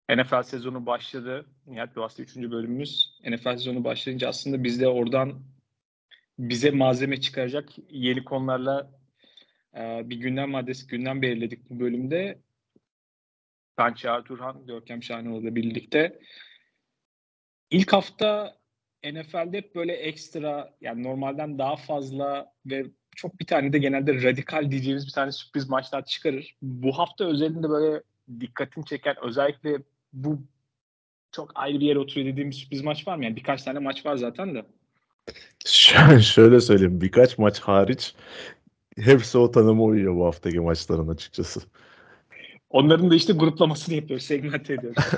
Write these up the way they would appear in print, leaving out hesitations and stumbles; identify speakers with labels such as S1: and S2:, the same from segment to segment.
S1: NFL sezonu başladı. Nihat bu hafta 3. bölümümüz. NFL sezonu başlayınca aslında biz de oradan bize malzeme çıkaracak yeni konularla bir gündem belirledik bu bölümde. Ben Çağrı Turhan, Görkem Şahinoğlu'yla birlikte. İlk hafta NFL'de hep böyle ekstra, yani normalden daha fazla ve çok bir tane de genelde radikal diyeceğimiz bir tane sürpriz maçlar çıkarır. Bu hafta özelinde böyle dikkatini çeken, özellikle bu çok ayrı bir yere oturuyor dediğim bir sürpriz maç var mı? Yani birkaç tane maç var zaten de.
S2: Şöyle söyleyeyim, birkaç maç hariç hepsi o tanıma uyuyor bu haftaki maçların açıkçası.
S1: Onların da işte gruplamasını yapıyoruz, segmente ediyoruz.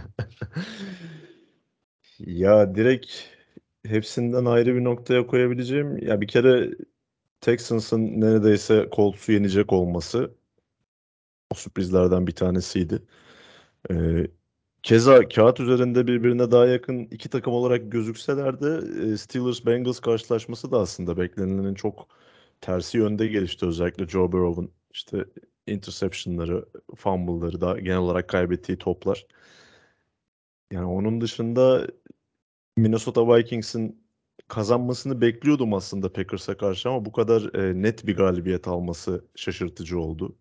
S2: Ya direkt hepsinden ayrı bir noktaya koyabileceğim. Ya bir kere Texans'ın neredeyse Colts'u yenecek olması o sürprizlerden bir tanesiydi. Ee, Keza kağıt üzerinde birbirine daha yakın iki takım olarak gözükseler de Steelers-Bengals karşılaşması da aslında beklenenin çok tersi yönde gelişti. Özellikle Joe Burrow'un işte interception'ları, fumble'ları da genel olarak kaybettiği toplar. Yani onun dışında Minnesota Vikings'in kazanmasını bekliyordum aslında Packers'a karşı ama bu kadar net bir galibiyet alması şaşırtıcı oldu.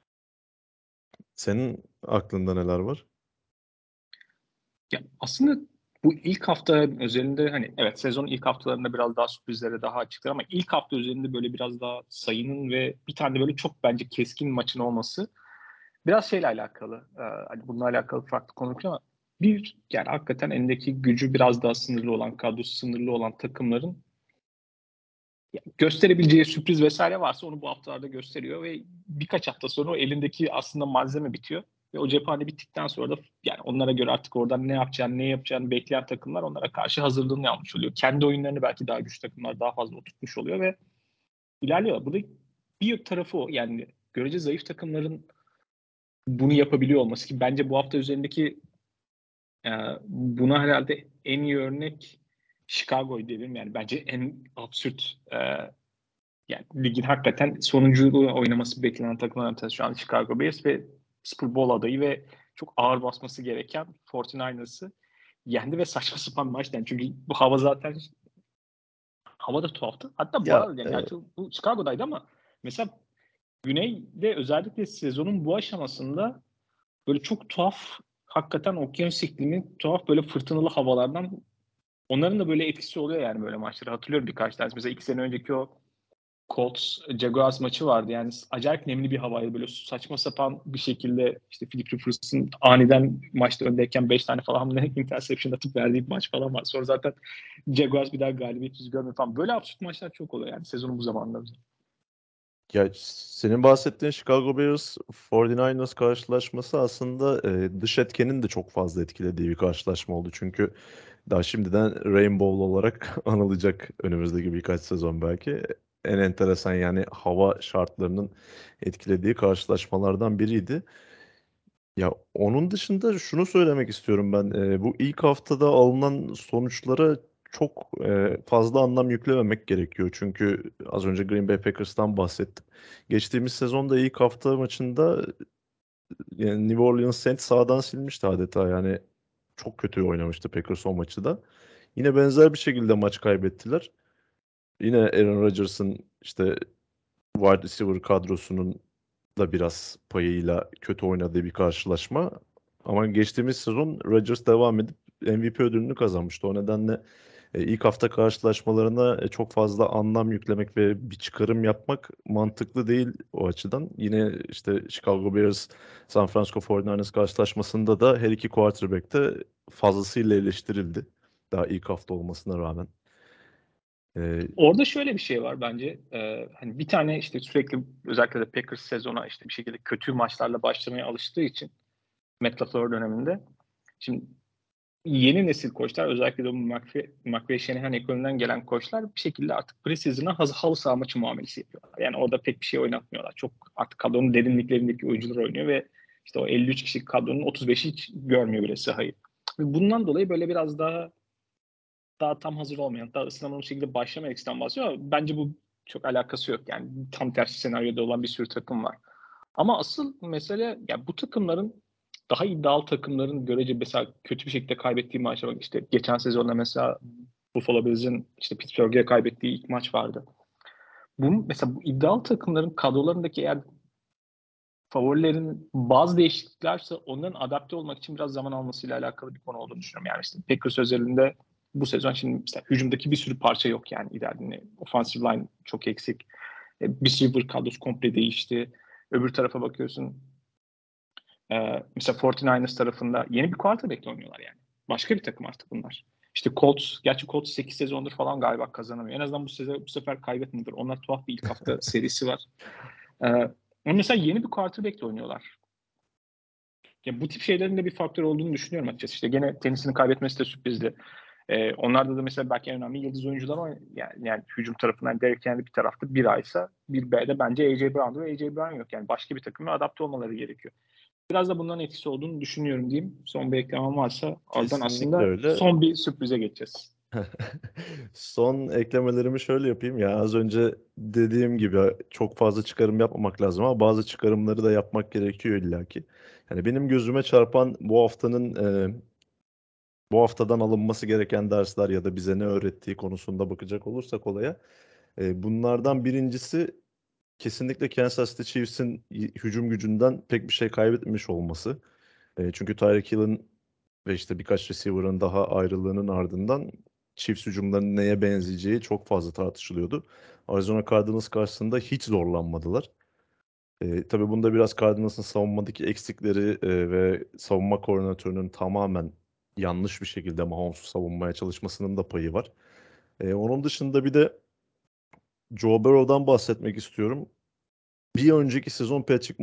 S2: Senin aklında neler var?
S1: Ya aslında bu ilk hafta özelinde, hani evet, sezonun ilk haftalarında biraz daha sürprizlere daha açıklar ama ilk hafta özelinde böyle biraz daha sayının ve bir tane de böyle çok bence keskin maçın olması biraz şeyle alakalı. Hani bununla alakalı farklı konuşuyor ama bir, yani hakikaten elindeki gücü biraz daha sınırlı olan, kadrosu sınırlı olan takımların gösterebileceği sürpriz vesaire varsa onu bu haftalarda gösteriyor ve birkaç hafta sonra o elindeki aslında malzeme bitiyor. Ve o cephane bittikten sonra da yani onlara göre artık oradan ne yapacağını bekleyen takımlar onlara karşı hazırlığını yapmış oluyor. Kendi oyunlarını belki daha güçlü takımlar daha fazla oturtmuş oluyor ve ilerliyor. Burada bir tarafı o, yani görece zayıf takımların bunu yapabiliyor olması, ki bence bu hafta üzerindeki e, buna herhalde en iyi örnek Chicago'yu diyebilirim. Yani bence en absürt, yani ligin hakikaten sonunculuğu oynaması beklenen takımlardan tanesi şu an Chicago Bears ve Super Bowl adayı ve çok ağır basması gereken 49ers'ı yendi ve saçma sapan bir maçtı. Yani çünkü bu hava zaten, hava da tuhaftı. Hatta bu
S2: Ya
S1: arada yani bu Chicago'daydı ama mesela Güney'de özellikle sezonun bu aşamasında böyle çok tuhaf, hakikaten okyanus iklimi tuhaf böyle fırtınalı havalardan, onların da böyle etkisi oluyor yani böyle maçları. Hatırlıyorum birkaç tanesi. Mesela 2 sene önceki o Colts Jaguars maçı vardı. Yani acayip nemli bir havaydı. Böyle saçma sapan bir şekilde işte Philip Rivers'ın aniden maçta öndeyken 5 tane falan interception atıp verdiği bir maç falan var. Sonra zaten Jaguars bir daha galibiyet yüzü görmüyor falan. Böyle absürt maçlar çok oluyor yani sezonun bu zamanında.
S2: Ya senin bahsettiğin Chicago Bears 49ers karşılaşması aslında dış etkenin de çok fazla etkilediği bir karşılaşma oldu. Çünkü daha şimdiden Rainbow olarak anılacak önümüzdeki birkaç sezon belki. En enteresan yani hava şartlarının etkilediği karşılaşmalardan biriydi. Ya onun dışında şunu söylemek istiyorum ben. Bu ilk haftada alınan sonuçlara çok fazla anlam yüklememek gerekiyor. Çünkü az önce Green Bay Packers'tan bahsettim. Geçtiğimiz sezonda ilk hafta maçında yani New Orleans Saints sağdan silmişti adeta. Yani çok kötü oynamıştı Packers o maçı da. Yine benzer bir şekilde maç kaybettiler. Yine Aaron Rodgers'ın işte wide receiver kadrosunun da biraz payıyla kötü oynadığı bir karşılaşma. Ama geçtiğimiz sezon Rodgers devam edip MVP ödülünü kazanmıştı. O nedenle ilk hafta karşılaşmalarına çok fazla anlam yüklemek ve bir çıkarım yapmak mantıklı değil o açıdan. Yine işte Chicago Bears San Francisco 49ers karşılaşmasında da her iki quarterback de fazlasıyla eleştirildi. Daha ilk hafta olmasına rağmen. E,
S1: Orada şöyle bir şey var bence. Hani bir tane işte sürekli, özellikle de Packers sezona işte bir şekilde kötü maçlarla başlamaya alıştığı için Matt LaFleur döneminde. Şimdi yeni nesil koçlar, özellikle de bu McVay Shanahan ekolünden gelen koçlar bir şekilde artık preseason'a halı saha maçı muamelesi yapıyorlar. Yani orada pek bir şey oynatmıyorlar. Çok artık kadronun derinliklerindeki oyuncular oynuyor ve işte o 53 kişilik kadronun 35'i hiç görmüyor bile sahayı. Ve bundan dolayı böyle biraz daha tam hazır olmayan, daha ısınamamış şekilde başlamayan ikisinden bahsediyor ama bence bu çok alakası yok. Yani tam tersi senaryoda olan bir sürü takım var. Ama asıl mesele, ya bu takımların daha iddialı takımların görece mesela kötü bir şekilde kaybettiği maçlar var. İşte geçen sezonda mesela Buffalo Bills'in işte Pittsburgh'e kaybettiği ilk maç vardı. Mesela bu iddialı takımların kadrolarındaki eğer favorilerin bazı değişikliklerse onların adapte olmak için biraz zaman almasıyla alakalı bir konu olduğunu düşünüyorum. Yani işte Packers özelinde bu sezon şimdi mesela hücumdaki bir sürü parça yok yani ileride. Offensive line çok eksik. Receiver kadrosu komple değişti. Öbür tarafa bakıyorsun. Mesela 49ers tarafında yeni bir quarterback'le oynuyorlar yani. Başka bir takım artık bunlar. İşte gerçi Colts 8 sezondur falan galiba kazanamıyor. En azından bu sefer kaybetmediler. Onlar tuhaf bir ilk hafta serisi var. Ama mesela yeni bir quarterback'le oynuyorlar. Ya bu tip şeylerin de bir faktör olduğunu düşünüyorum açıkçası. İşte gene tenisini kaybetmesi de sürprizdi. Onlarda da mesela belki en önemli yıldız oyuncular var. Yani hücum tarafından Derrick Henry bir tarafta bir A'ysa bir B'de bence A.J. Brown'da ve A.J. Brown yok. Yani başka bir takıma adapte olmaları gerekiyor. Biraz da bunların etkisi olduğunu düşünüyorum diyeyim. Son bir eklemem varsa oradan
S2: Kesinlikle
S1: aslında
S2: öyle.
S1: son bir sürprize geçeceğiz.
S2: Son eklemelerimi şöyle yapayım. Ya az önce dediğim gibi çok fazla çıkarım yapmamak lazım ama bazı çıkarımları da yapmak gerekiyor illaki. Yani benim gözüme çarpan bu haftadan alınması gereken dersler ya da bize ne öğrettiği konusunda bakacak olursak olaya. Bunlardan birincisi kesinlikle Kansas City Chiefs'in hücum gücünden pek bir şey kaybetmemiş olması. Çünkü Tyreek Hill'in ve işte birkaç receiver'ın daha ayrılığının ardından Chiefs hücumlarının neye benzeyeceği çok fazla tartışılıyordu. Arizona Cardinals karşısında hiç zorlanmadılar. Tabii bunda biraz Cardinals'ın savunmadaki eksikleri ve savunma koordinatörünün tamamen yanlış bir şekilde Mahomes'u savunmaya çalışmasının da payı var. Onun dışında bir de Joe Burrow'dan bahsetmek istiyorum. Bir önceki sezon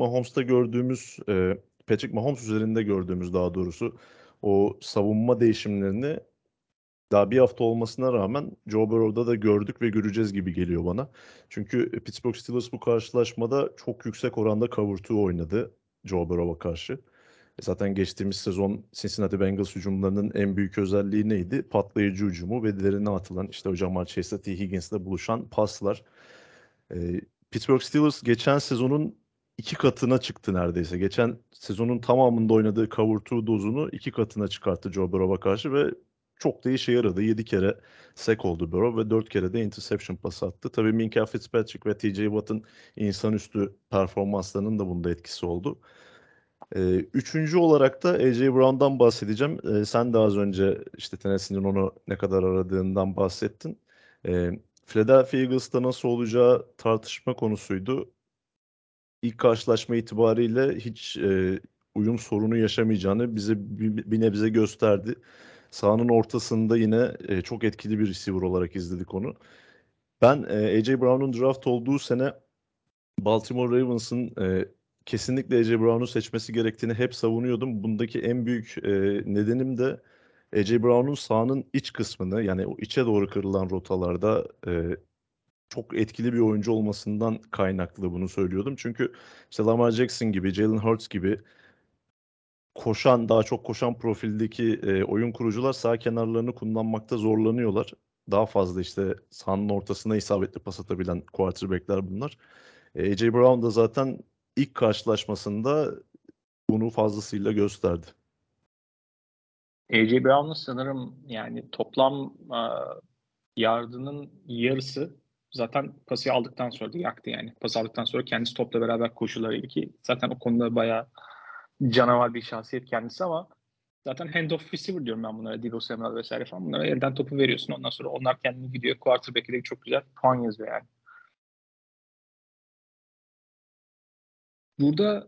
S2: Patrick Mahomes üzerinde gördüğümüz daha doğrusu o savunma değişimlerini daha bir hafta olmasına rağmen Joe Burrow'da da gördük ve göreceğiz gibi geliyor bana. Çünkü Pittsburgh Steelers bu karşılaşmada çok yüksek oranda cover 2 oynadı Joe Burrow'a karşı. Zaten geçtiğimiz sezon Cincinnati Bengals hücumlarının en büyük özelliği neydi? Patlayıcı hücumu ve derine atılan işte o Ja'Marr Chase'le T. Higgins'le buluşan paslar. Ee, Pittsburgh Steelers geçen sezonun iki katına çıktı neredeyse. Geçen sezonun tamamında oynadığı cover 2 dozunu iki katına çıkarttı Joe Burrow'a karşı ve çok da işe yaradı. 7 kere sack oldu Burrow ve 4 kere de interception pas attı. Tabii Minkah Fitzpatrick ve T.J. Watt'ın insanüstü performanslarının da bunda etkisi oldu. Üçüncü olarak da A.J. Brown'dan bahsedeceğim. Sen de az önce işte Tennessee'nin onu ne kadar aradığından bahsettin. Ee, Philadelphia Eagles'ta nasıl olacağı tartışma konusuydu. İlk karşılaşma itibariyle hiç uyum sorunu yaşamayacağını bize bir nebze gösterdi. Sahanın ortasında yine çok etkili bir receiver olarak izledik onu. Ben A.J. Brown'un draft olduğu sene Baltimore Ravens'ın kesinlikle A.J. Brown'u seçmesi gerektiğini hep savunuyordum. Bundaki en büyük nedenim de A.J. Brown'un sahanın iç kısmını yani o içe doğru kırılan rotalarda çok etkili bir oyuncu olmasından kaynaklı bunu söylüyordum. Çünkü işte Lamar Jackson gibi, Jalen Hurts gibi daha çok koşan profildeki oyun kurucular sağ kenarlarını kullanmakta zorlanıyorlar. Daha fazla işte sahanın ortasına isabetli pas atabilen quarterback'ler bunlar. A.J. Brown da zaten ilk karşılaşmasında bunu fazlasıyla gösterdi.
S1: A.J. Brown'un sanırım yani toplam yardının yarısı zaten pası aldıktan sonra da yaktı yani. Pas aldıktan sonra kendisi topla beraber koşularıydı ki zaten o konuda bayağı canavar bir şahsiyet kendisi ama zaten handoff receiver diyorum ben bunlara. Deebo Samuel vesaire falan. Bunlara elden topu veriyorsun. Ondan sonra onlar kendini gidiyor. Quarterback'e de çok güzel puan yazıyor yani. Burada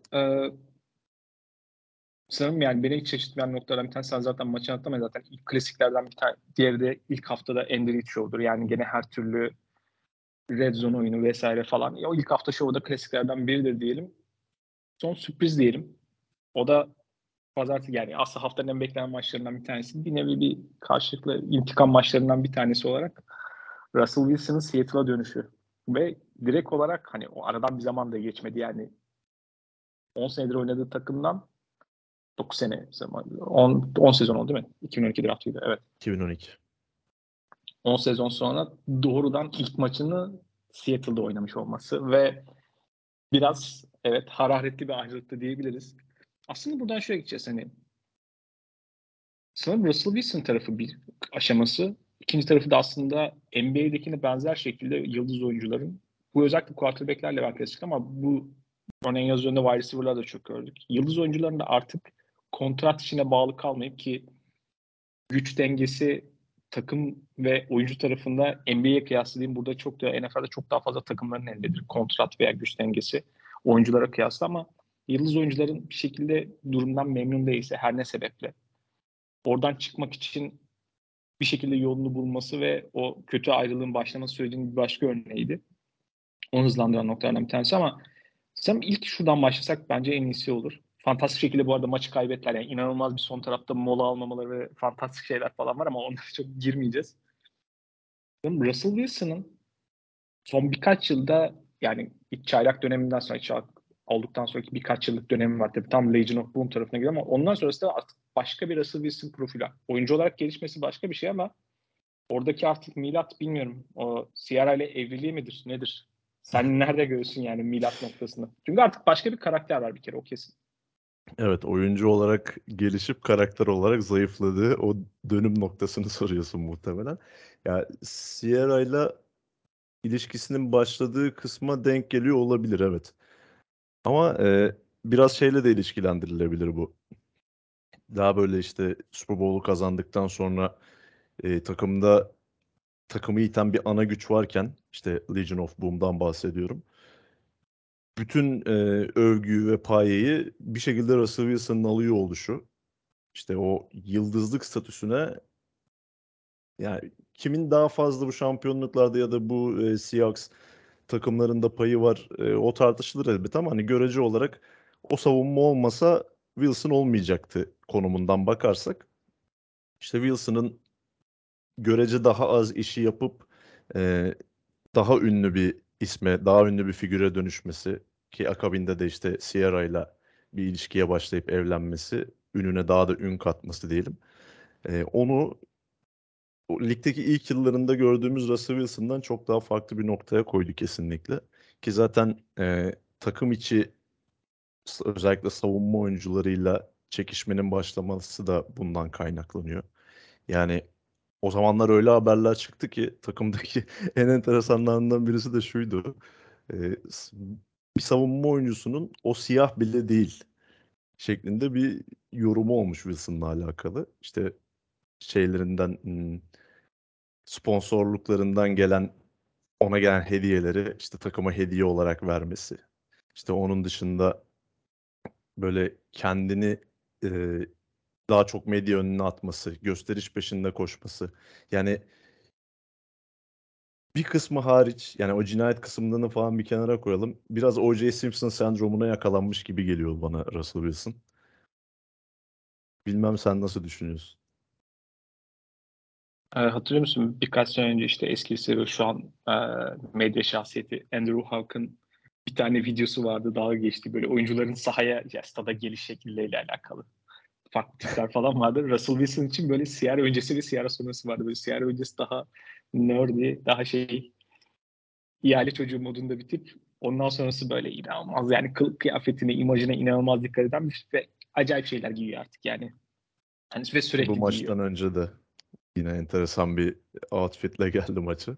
S1: sanırım yani beni hiç şaşırtmayan noktalardan bir tanesi sen zaten maçı anlatma zaten ilk klasiklerden bir tane. Diğeri de ilk haftada Ender Each Show'dur. Yani gene her türlü Red Zone oyunu vesaire falan. O ilk hafta şovu da klasiklerden biridir diyelim. Son sürpriz diyelim. O da pazartesi yani aslında haftanın en beklenen maçlarından bir tanesi. Bir nevi bir karşılıklı intikam maçlarından bir tanesi olarak Russell Wilson'ın Seattle'a dönüşü. Ve direkt olarak hani o aradan bir zaman da geçmedi yani 10 senedir oynadığı takımdan 9 sene 10 sezon oldu değil mi? 2012 draftıydı evet.
S2: 2012.
S1: 10 sezon sonra doğrudan ilk maçını Seattle'da oynamış olması ve biraz evet hararetli bir ayrılıktı diyebiliriz. Aslında buradan şuraya gideceğiz, hani, sanırım Russell Wilson tarafı bir aşaması, 2'nci tarafı da aslında NBA'dekine benzer şekilde yıldız oyuncuların, bu özellikle quarterback'lerle belki açık ama bu örneğin yaz döneminde wide receiver'lar da çok gördük. Yıldız oyuncuların da artık kontrat içine bağlı kalmayıp ki güç dengesi takım ve oyuncu tarafında NBA'ye kıyasla diyeyim, burada çok da NFL'de çok daha fazla takımların elindedir kontrat veya güç dengesi oyunculara kıyasla ama yıldız oyuncuların bir şekilde durumdan memnun değilse her ne sebeple oradan çıkmak için bir şekilde yolunu bulması ve o kötü ayrılığın başlaması sürecinin bir başka örneğiydi. Onu hızlandıran noktalardan bir tanesi ama sen ilk şuradan başlasak bence en iyisi olur. Fantastik şekilde bu arada maçı kaybettiler. Yani inanılmaz bir son tarafta mola almamaları ve fantastik şeyler falan var ama onlara çok girmeyeceğiz. Russell Wilson'ın son birkaç yılda yani ilk çaylak döneminden sonra çaylak olduktan sonraki birkaç yıllık dönemi var. Tabii tam Legion of Boom tarafına giriyor ama ondan sonrası da artık başka bir Russell Wilson profili. Oyuncu olarak gelişmesi başka bir şey ama oradaki artık milat bilmiyorum. O Sierra ile evliliği midir? Nedir? Sen nerede görüyorsun yani milat noktasını? Çünkü artık başka bir karakter var bir kere o kesin.
S2: Evet, oyuncu olarak gelişip karakter olarak zayıfladığı o dönüm noktasını soruyorsun muhtemelen. Ya Sierra'yla ilişkisinin başladığı kısma denk geliyor olabilir, evet. Ama biraz şeyle de ilişkilendirilebilir bu. Daha böyle işte Super Bowl'u kazandıktan sonra takımı iten bir ana güç varken işte Legion of Boom'dan bahsediyorum. Bütün övgüyü ve payeyi bir şekilde Russell Wilson'ın alıyor oluşu. İşte o yıldızlık statüsüne, yani kimin daha fazla bu şampiyonluklarda ya da bu Seahawks takımlarında payı var, o tartışılır elbette ama hani görece olarak o savunma olmasa Wilson olmayacaktı konumundan bakarsak. İşte Wilson'ın görece daha az işi yapıp e, daha ünlü bir isme, daha ünlü bir figüre dönüşmesi ki akabinde de işte Sierra'yla bir ilişkiye başlayıp evlenmesi, ününe daha da ün katması diyelim. Onu o ligdeki ilk yıllarında gördüğümüz Russell Wilson'dan çok daha farklı bir noktaya koydu kesinlikle. Ki zaten takım içi özellikle savunma oyuncularıyla çekişmenin başlaması da bundan kaynaklanıyor. Yani o zamanlar öyle haberler çıktı ki takımdaki en enteresanlarından birisi de şuydu. Bir savunma oyuncusunun o siyah bile değil şeklinde bir yorumu olmuş Wilson'la alakalı. İşte şeylerinden, sponsorluklarından ona gelen hediyeleri işte takıma hediye olarak vermesi. İşte onun dışında böyle kendini e, daha çok medya önüne atması, gösteriş peşinde koşması. Yani bir kısmı hariç, yani o cinayet kısımlarını falan bir kenara koyalım. Biraz O.J. Simpson sendromuna yakalanmış gibi geliyor bana Russell Wilson. Bilmem sen nasıl düşünüyorsun?
S1: Hatırlıyor musun birkaç sene önce işte eskisi ve şu an medya şahsiyeti Andrew Hawk'ın bir tane videosu vardı dalga geçti böyle oyuncuların sahaya ya stada geliş şekilleriyle alakalı farklı tipler falan vardı. Russell Wilson için böyle Sierra öncesi ve Sierra sonrası vardı. Böyle Sierra öncesi daha nerdy, daha şey ihale çocuğu modunda bir tip. Ondan sonrası böyle inanılmaz yani kılık kıyafetine, imajına inanılmaz dikkat eden bir ve acayip şeyler giyiyor artık yani. Hani ve
S2: Ki bu
S1: sürekli giyiyor.
S2: maçtan önce de yine enteresan bir outfitle geldi maçı.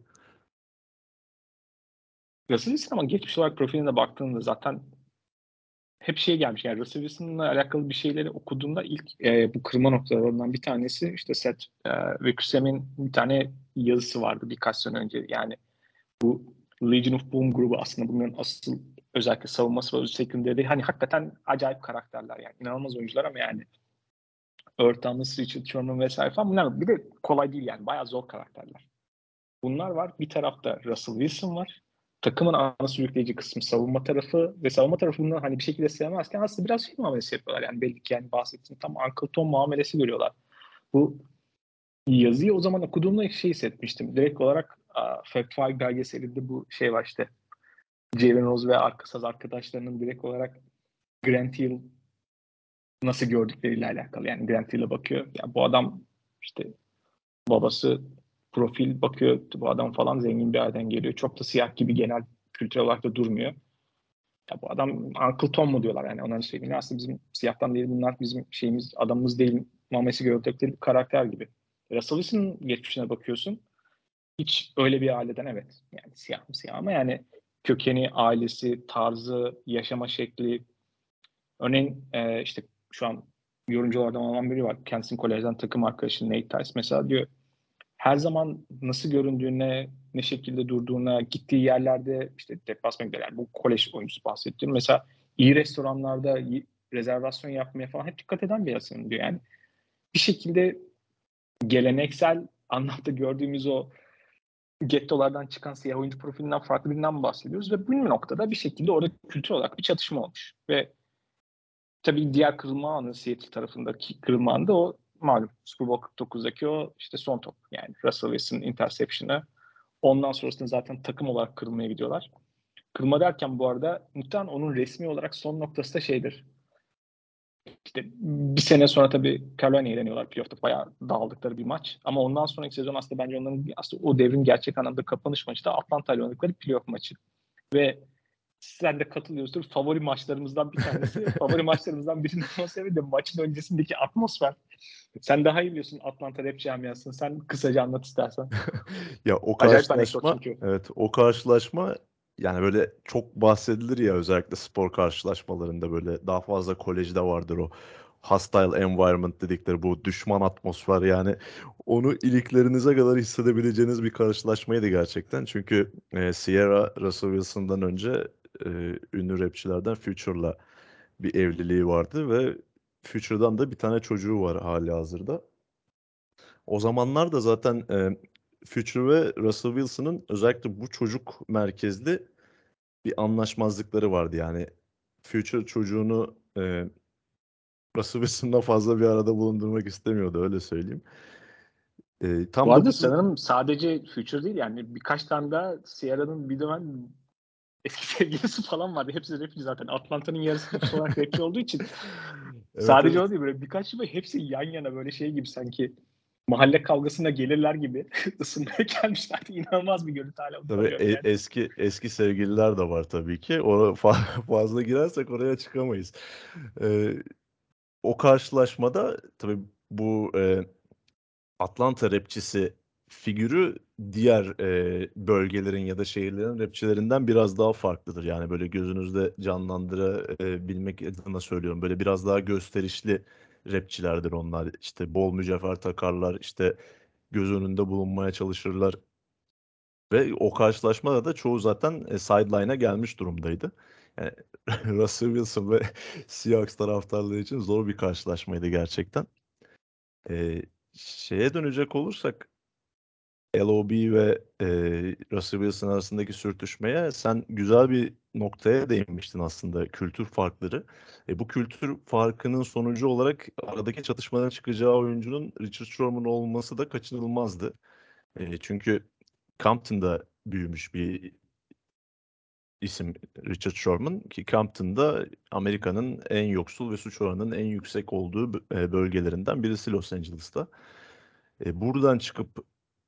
S1: Russell Wilson ama geçmiş olarak profiline baktığında zaten hep şey gelmiş. Yani Russell Wilson'la alakalı bir şeyleri okuduğumda ilk bu kırılma noktalarından bir tanesi işte Seth Wickersham'in bir tane yazısı vardı birkaç sene önce. Yani bu Legion of Boom grubu aslında bunların asıl özellikle savunması ve secondary'de hani hakikaten acayip karakterler yani. İnanılmaz oyuncular ama yani Earl Thomas, Richard Sherman vesaire falan bunlar bir de kolay değil yani. Bayağı zor karakterler. Bunlar var. Bir tarafta Russell Wilson var. Takımın ana sürükleyici kısmı savunma tarafı ve savunma tarafı bundan hani bir şekilde sevmezken aslında biraz şey muamelesi yapıyorlar. Yani belli ki yani bahsettiğim tam Uncle Tom muamelesi görüyorlar. Bu yazıyı o zaman okuduğumda şey hissetmiştim. Direkt olarak Fact Five belgeselinde bu şey var işte. Jalen Rose ve arkasız arkadaşlarının direkt olarak Grant Hill nasıl gördükleriyle alakalı. Yani Grant Hill'e bakıyor. Ya bu adam işte babası profil bakıyor bu adam falan zengin bir aileden geliyor. Çok da siyah gibi genel kültürel olarak da durmuyor. Ya bu adam Uncle Tom mu diyorlar yani onların söyleyeyim. Aslında bizim siyahtan değil bunlar bizim şeyimiz adamımız değil muamelesi gördükleri bir karakter gibi. Russell Wilson'ın geçmişine bakıyorsun. Hiç öyle bir aileden evet. Yani siyah mı siyah ama yani kökeni, ailesi, tarzı, yaşama şekli. Örneğin işte şu an yorumculardan olan biri var. Kendisinin kolejden takım arkadaşı Nate Tice mesela diyor her zaman nasıl göründüğüne, ne şekilde durduğuna, gittiği yerlerde işte deplasman gider. Yani bu kolej oyuncusu bahsettiğim. Mesela iyi restoranlarda rezervasyon yapmaya falan hep dikkat eden bir insan diyor. Yani bir şekilde geleneksel anlamda gördüğümüz o gettolardan çıkan siyah oyuncu profilinden farklı birinden bahsediyoruz ve bu noktada bir şekilde orada kültür olarak bir çatışma olmuş. Ve tabii diğer kırılma anı Seattle tarafındaki kırılma anı da o malum Super Bowl 49'daki o işte son top. Yani Russell Wilson'ın interception'ı. Ondan sonrasında zaten takım olarak kırılmaya gidiyorlar. Kırılma derken bu arada muhtemelen onun resmi olarak son noktası da şeydir. İşte bir sene sonra tabii Carolina'ya eleniyorlar playoff'ta bayağı dağıldıkları bir maç. Ama ondan sonraki sezon aslında bence onların aslında o devrin gerçek anlamda kapanış maçı da Atlanta ile oynadıkları playoff maçı. Ve sen de katılıyorsun. Favori maçlarımızdan bir tanesi. Favori maçlarımızdan birinin olma sebebi de maçın öncesindeki atmosfer. Sen daha iyi biliyorsun Atlanta rap camiasını. Sen kısaca anlat istersen.
S2: Ya o
S1: Acayip anekdot
S2: karşılaşma,
S1: çünkü.
S2: evet, o karşılaşma yani böyle çok bahsedilir ya özellikle spor karşılaşmalarında böyle daha fazla kolejde vardır o hostile environment dedikleri bu düşman atmosfer yani onu iliklerinize kadar hissedebileceğiniz bir karşılaşmaydı gerçekten. Çünkü Sierra Russell Wilson'dan önce ünlü rapçilerden Future'la bir evliliği vardı ve Future'dan da bir tane çocuğu var hali hazırda. O zamanlar da zaten, Future ve Russell Wilson'ın özellikle bu çocuk merkezli bir anlaşmazlıkları vardı. Yani Future çocuğunu, Russell Wilson'la fazla bir arada bulundurmak istemiyordu, öyle söyleyeyim.
S1: Bu
S2: Tam da
S1: arada
S2: bu
S1: sanırım sadece Future değil yani birkaç tane daha Sierra'nın bir dönem eski sevgilisi falan vardı. Hepsi rapçi zaten. Atlanta'nın yarısı nüfus olarak rapçi olduğu için
S2: Evet,
S1: sadece
S2: evet.
S1: o değil böyle birkaç böyle hepsi yan yana böyle şey gibi sanki mahalle kavgasına gelirler gibi ısınmaya gelmişlerdi. İnanılmaz bir görüntü hala
S2: Tabii,
S1: unutamıyorum yani.
S2: eski sevgililer de var tabii ki. Fazla girersek oraya çıkamayız. Eee, O karşılaşmada tabii bu, Atlanta rapçisi figürü diğer, bölgelerin ya da şehirlerin rapçilerinden biraz daha farklıdır. Yani, böyle, gözünüzde canlandırabilmek adına söylüyorum. Böyle, biraz daha gösterişli rapçilerdir onlar. İşte, bol mücevher takarlar, işte, göz önünde bulunmaya çalışırlar ve o karşılaşmada da çoğu zaten, sideline'a gelmiş durumdaydı. Yani, Russell Wilson ve Seahawks taraftarları için zor bir karşılaşmaydı gerçekten. Şeye dönecek olursak LOB ve, Russell Wilson arasındaki sürtüşmeye sen güzel bir noktaya değinmiştin aslında, kültür farkları. Bu kültür farkının sonucu olarak aradaki çatışmadan çıkacağı oyuncunun Richard Sherman olması da kaçınılmazdı. Çünkü Compton'da büyümüş bir isim Richard Sherman ki Compton'da Amerika'nın en yoksul ve suç oranının en yüksek olduğu bölgelerinden birisi Los Angeles'ta. Buradan çıkıp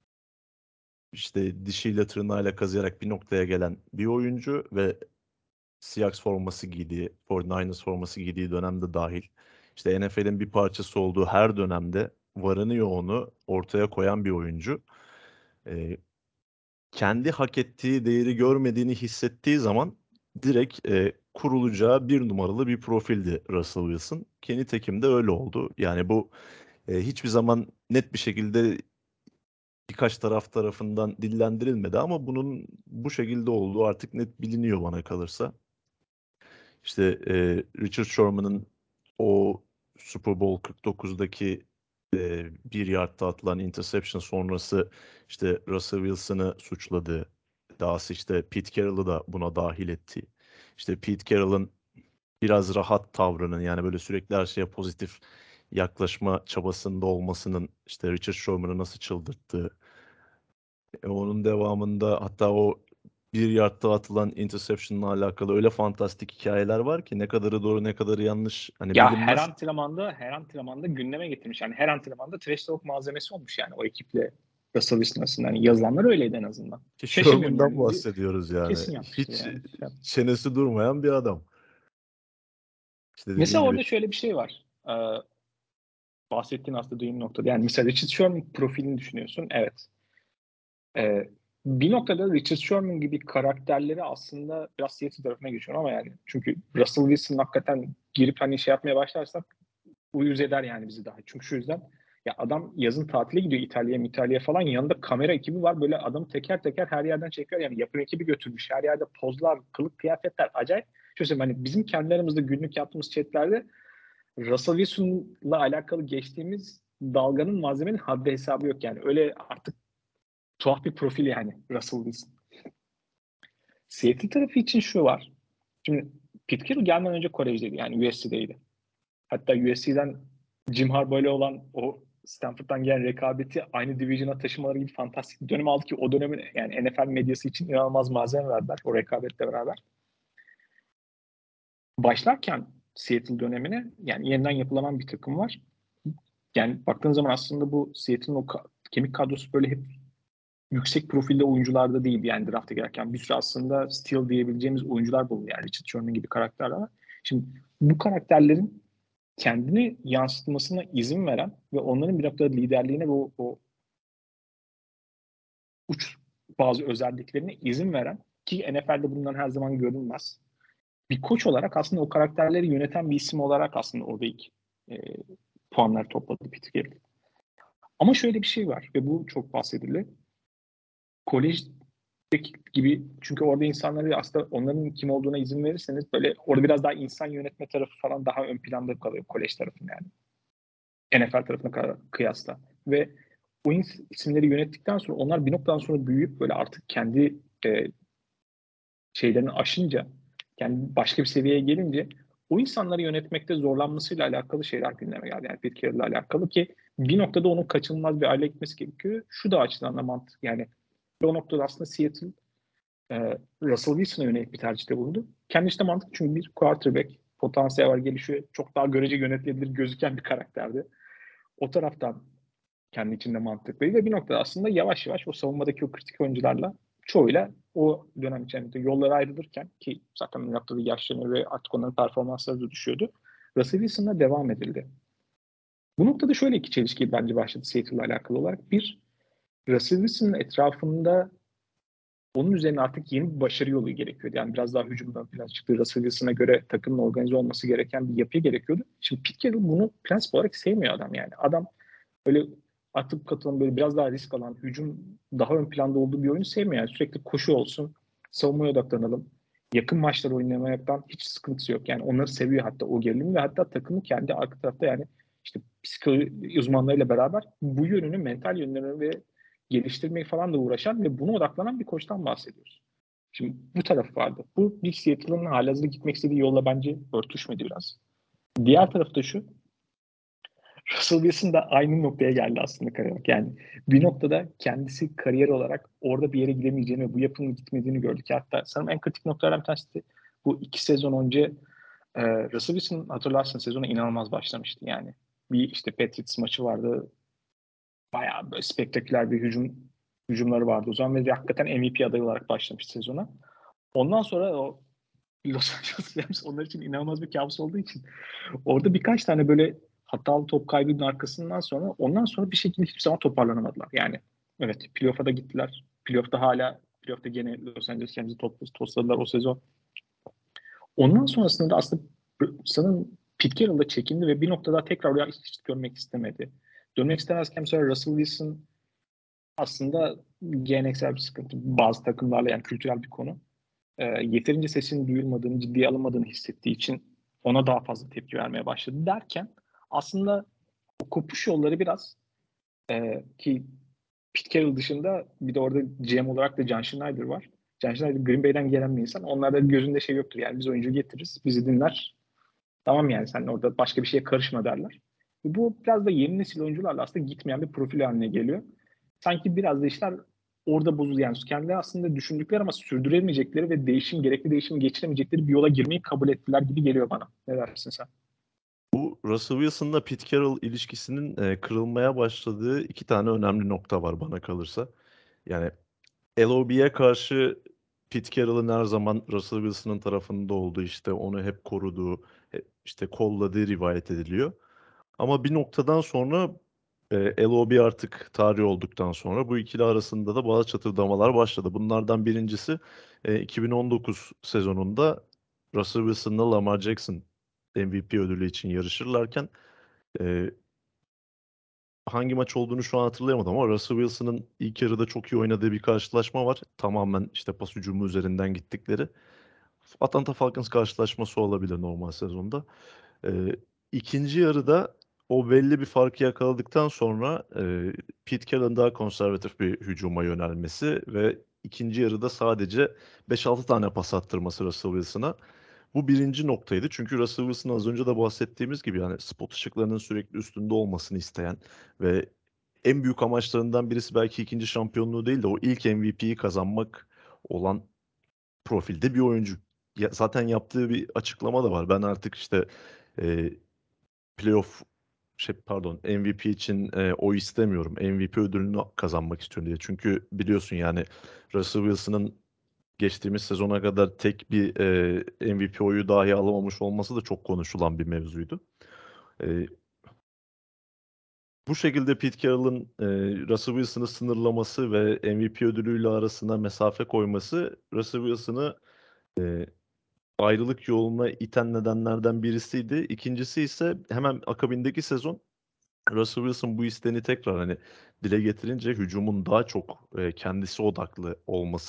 S2: İşte dişiyle tırnağıyla kazıyarak bir noktaya gelen bir oyuncu ve Seahawks forması giydiği, 49ers forması giydiği dönemde dahil, işte NFL'in bir parçası olduğu her dönemde varını yoğunu ortaya koyan bir oyuncu. Eee, Kendi hak ettiği değeri görmediğini hissettiği zaman direkt, kurulacağı bir numaralı bir profildi Russell Wilson ki nitekim de öyle oldu. Yani bu, hiçbir zaman net bir şekilde birkaç taraf tarafından dillendirilmedi ama bunun bu şekilde olduğu artık net biliniyor bana kalırsa. İşte, Richard Sherman'ın o Super Bowl 49'daki, 1 yardta atılan interception sonrası, işte, Russell Wilson'ı suçladığı, dahası, işte, Pete Carroll'ı da buna dâhil ettiği, işte, Pete Carroll'ın biraz rahat tavrının, yani, böyle, sürekli her şeye pozitif yaklaşma çabasında olmasının, işte, Richard Sherman'ı nasıl çıldırttığı, onun devamında hatta o 1 yardta atılan interception'la alakalı öyle fantastik hikâyeler var ki ne kadarı doğru ne kadarı yanlış, hani,
S1: Ya her
S2: bilinmez.
S1: antrenmanda gündeme getirmiş. Yani her antrenmanda trash talk malzemesi olmuş yani o ekiple. Russell Wilson aslında. Hani yazılanlar öyleydi en azından.
S2: Ki
S1: Şaşırmıyorum
S2: Sherman'dan
S1: yani.
S2: bahsediyoruz yani.
S1: Kesin yapmıştır
S2: Hiç
S1: yani.
S2: çenesi durmayan bir adam. İşte dediğin
S1: Mesela
S2: gibi
S1: orada şöyle bir şey var. Bahsettiğin aslında düğüm noktada. Yani mesela Richard Sherman profilini düşünüyorsun. Evet. Bir noktada Richard Sherman gibi karakterleri aslında biraz Seattle tarafına geçiyor ama yani. Çünkü Russell Wilson hakikaten girip hani şey yapmaya başlarsak uyuz eder yani bizi daha. Çünkü şu yüzden ya adam yazın tatile gidiyor İtalya'ya falan. Yanında kamera ekibi var. Böyle adamı teker teker her yerden çekiyor. Yani yapım ekibi götürmüş. Her yerde pozlar, kılık kıyafetler acayip. Şöyle hani bizim kendi aramızda günlük yaptığımız chatlerde Russell Wilson'la alakalı geçtiğimiz dalganın malzemenin haddi hesabı yok yani. Öyle artık tuhaf bir profil yani Russell Wilson. Seattle tarafı için şu var. Şimdi Pete Carroll gelmeden önce kolejdeydi yani USC'deydi. Hatta USC'den Jim Harbaugh'la olan o Stanford'dan gelen rekabeti aynı division'a taşımaları gibi fantastik bir dönem aldı ki o dönemin yani NFL medyası için inanılmaz malzeme verdiler o rekabetle beraber. Başlarken Seattle dönemine yani yeniden yapılanan bir takım var. Yani baktığın zaman aslında bu Seattle'ın o kemik kadrosu böyle hep yüksek profilde oyuncularda değil yani drafta girerken bir sürü aslında steal diyebileceğimiz oyuncular bulundu yani Richard Sherman gibi karakterler var. Şimdi bu karakterlerin kendini yansıtmasına izin veren ve onların bir noktada liderliğine ve o uç bazı özelliklerine izin veren ki NFL'de bundan her zaman görünmez. Bir koç olarak aslında o karakterleri yöneten bir isim olarak aslında orada ilk e, puanlar topladı Pittsburgh. Ama şöyle bir şey var ve bu çok bahsedildi. Kolejdeki gibi çünkü orada insanları aslında onların kim olduğuna izin verirseniz böyle orada biraz daha insan yönetme tarafı falan daha ön planda kalıyor kolej tarafında yani. NFL tarafına kıyasla. Ve o isimleri yönettikten sonra onlar bir noktadan sonra büyüyüp böyle artık kendi şeylerini aşınca kendi başka bir seviyeye gelince o insanları yönetmekte zorlanmasıyla alakalı şeyler gündeme geldi. Yani Pete Carroll'la alakalı ki bir noktada onun kaçınılmaz bir hale gitmesi gerekiyor. Şu da açıdan da mantık yani o noktada aslında Seattle Russell Wilson'a yönelik bir tercihte bulundu. Kendi işte mantık çünkü bir quarterback potansiyel var gelişiyor. Çok daha görece yönetilebilir gözüken bir karakterdi. O taraftan kendi içinde mantıklıydı ve bir noktada aslında yavaş yavaş o savunmadaki o kritik oyuncularla çoğuyla o dönem içerisinde yolları ayrılırken ki zaten yaptığı yaşlanıyor ve artık onların performansları da düşüyordu. Russell Wilson'la devam edildi. Bu noktada şöyle iki çelişki bence başladı Seattle'la alakalı olarak. Bir, Russell Wilson'ın etrafında onun üzerine artık yeni bir başarı yolu gerekiyordu. Yani biraz daha hücumdan falan çıktı. Russell Wilson'a göre takımın organize olması gereken bir yapı gerekiyordu. Şimdi Pete Carroll bunu prensip olarak sevmiyor adam yani. Adam böyle atıp katılan böyle biraz daha risk alan, hücum daha ön planda olduğu bir oyunu sevmiyor. Yani sürekli koşu olsun, savunmaya odaklanalım. Yakın maçlar oynamaktan hiç sıkıntısı yok. Yani onları seviyor hatta o gerilimi ve hatta takımı kendi arka tarafta yani işte psikoloji uzmanlarıyla beraber bu yönünü, mental yönlerini ve geliştirmeyi falan da uğraşan ve buna odaklanan bir koçtan bahsediyoruz. Şimdi bu taraf vardı. Bu bir Seattle'ın halihazırda gitmek istediği yolla bence örtüşmedi biraz. Diğer tarafta şu, Russell Wilson da aynı noktaya geldi aslında kariyer olarak. Yani bir noktada kendisi kariyer olarak orada bir yere gidemeyeceğini ve bu yapının gitmediğini gördük. Hatta sanırım en kritik noktalardan bir tanesi bu 2 sezon önce Russell Wilson hatırlarsın sezona inanılmaz başlamıştı. Yani bir işte Patriots maçı vardı. Bayağı böyle spektaküler bir hücumları vardı o zaman ve hakikaten MVP adayı olarak başlamış sezona. Ondan sonra o Los Angeles Rams onlar için inanılmaz bir kabus olduğu için orada birkaç tane böyle hatalı top kaybının arkasından sonra ondan sonra bir şekilde hiçbir zaman toparlanamadılar. Yani evet playoff'a da gittiler. Playoff'ta gene Los Angeles Rams'i tosladılar o sezon. Ondan sonrasında da aslında sanırım Pete Carroll da çekindi ve bir noktada tekrar oraya hiç görmek istemedi. Dönmek istemezken sonra Russell Wilson aslında geleneksel bir sıkıntı. Bazı takımlarla yani kültürel bir konu. Yeterince sesini duyulmadığını, ciddiye alınmadığını hissettiği için ona daha fazla tepki vermeye başladı derken aslında o kopuş yolları biraz ki Pete Carroll dışında bir de orada GM olarak da John Schneider var. John Schneider Green Bay'den gelen bir insan. Onlarda gözünde şey yoktur yani biz oyuncu getiririz, bizi dinler. Tamam yani sen orada başka bir şeye karışma derler. Bu biraz da yeni nesil oyuncularla aslında gitmeyen bir profil haline geliyor. Sanki biraz da işler orada bozuluyor. Yani kendileri aslında düşündükleri ama sürdüremeyecekleri ve gerekli değişimi geçiremeyecekleri bir yola girmeyi kabul ettiler gibi geliyor bana. Ne dersin sen?
S2: Bu Russell Wilson'la Pete Carroll ilişkisinin kırılmaya başladığı iki tane önemli nokta var bana kalırsa. Yani LOB'ye karşı Pete Carroll'ın her zaman Russell Wilson'ın tarafında olduğu, işte onu hep koruduğu, hep işte kolladığı rivayet ediliyor. Ama bir noktadan sonra LOB artık tarih olduktan sonra bu ikili arasında da bazı çatırdamalar başladı. Bunlardan birincisi 2019 sezonunda Russell Wilson'la Lamar Jackson MVP ödülü için yarışırlarken e, hangi maç olduğunu şu an hatırlayamadım ama Russell Wilson'ın ilk yarıda çok iyi oynadığı bir karşılaşma var. Tamamen işte pas hücumu üzerinden gittikleri. Atlanta Falcons karşılaşması olabilir normal sezonda. Ee, ikinci yarıda o belli bir farkı yakaladıktan sonra Pete Carroll'ın daha konservatif bir hücuma yönelmesi ve ikinci yarıda sadece 5-6 tane pas attırması Russell Wilson'a. Bu birinci noktaydı. Çünkü Russell Wilson az önce de bahsettiğimiz gibi yani spot ışıklarının sürekli üstünde olmasını isteyen ve en büyük amaçlarından birisi belki ikinci şampiyonluğu değil de o ilk MVP'yi kazanmak olan profilde bir oyuncu. Zaten yaptığı bir açıklama da var. Ben artık işte e, playoff pardon MVP için oy istemiyorum. MVP ödülünü kazanmak istiyorum diye. Çünkü biliyorsun yani Russell Wilson'ın geçtiğimiz sezona kadar tek bir MVP oyu dahi alamamış olması da çok konuşulan bir mevzuydu. E, Bu şekilde Pete Carroll'ın Russell Wilson'ı sınırlaması ve MVP ödülüyle arasına mesafe koyması Russell Wilson'ı e, ayrılık yoluna iten nedenlerden birisiydi. İkincisi ise hemen akabindeki sezon Russell Wilson bu isteğini tekrar hani dile getirince hücumun daha çok kendisi odaklı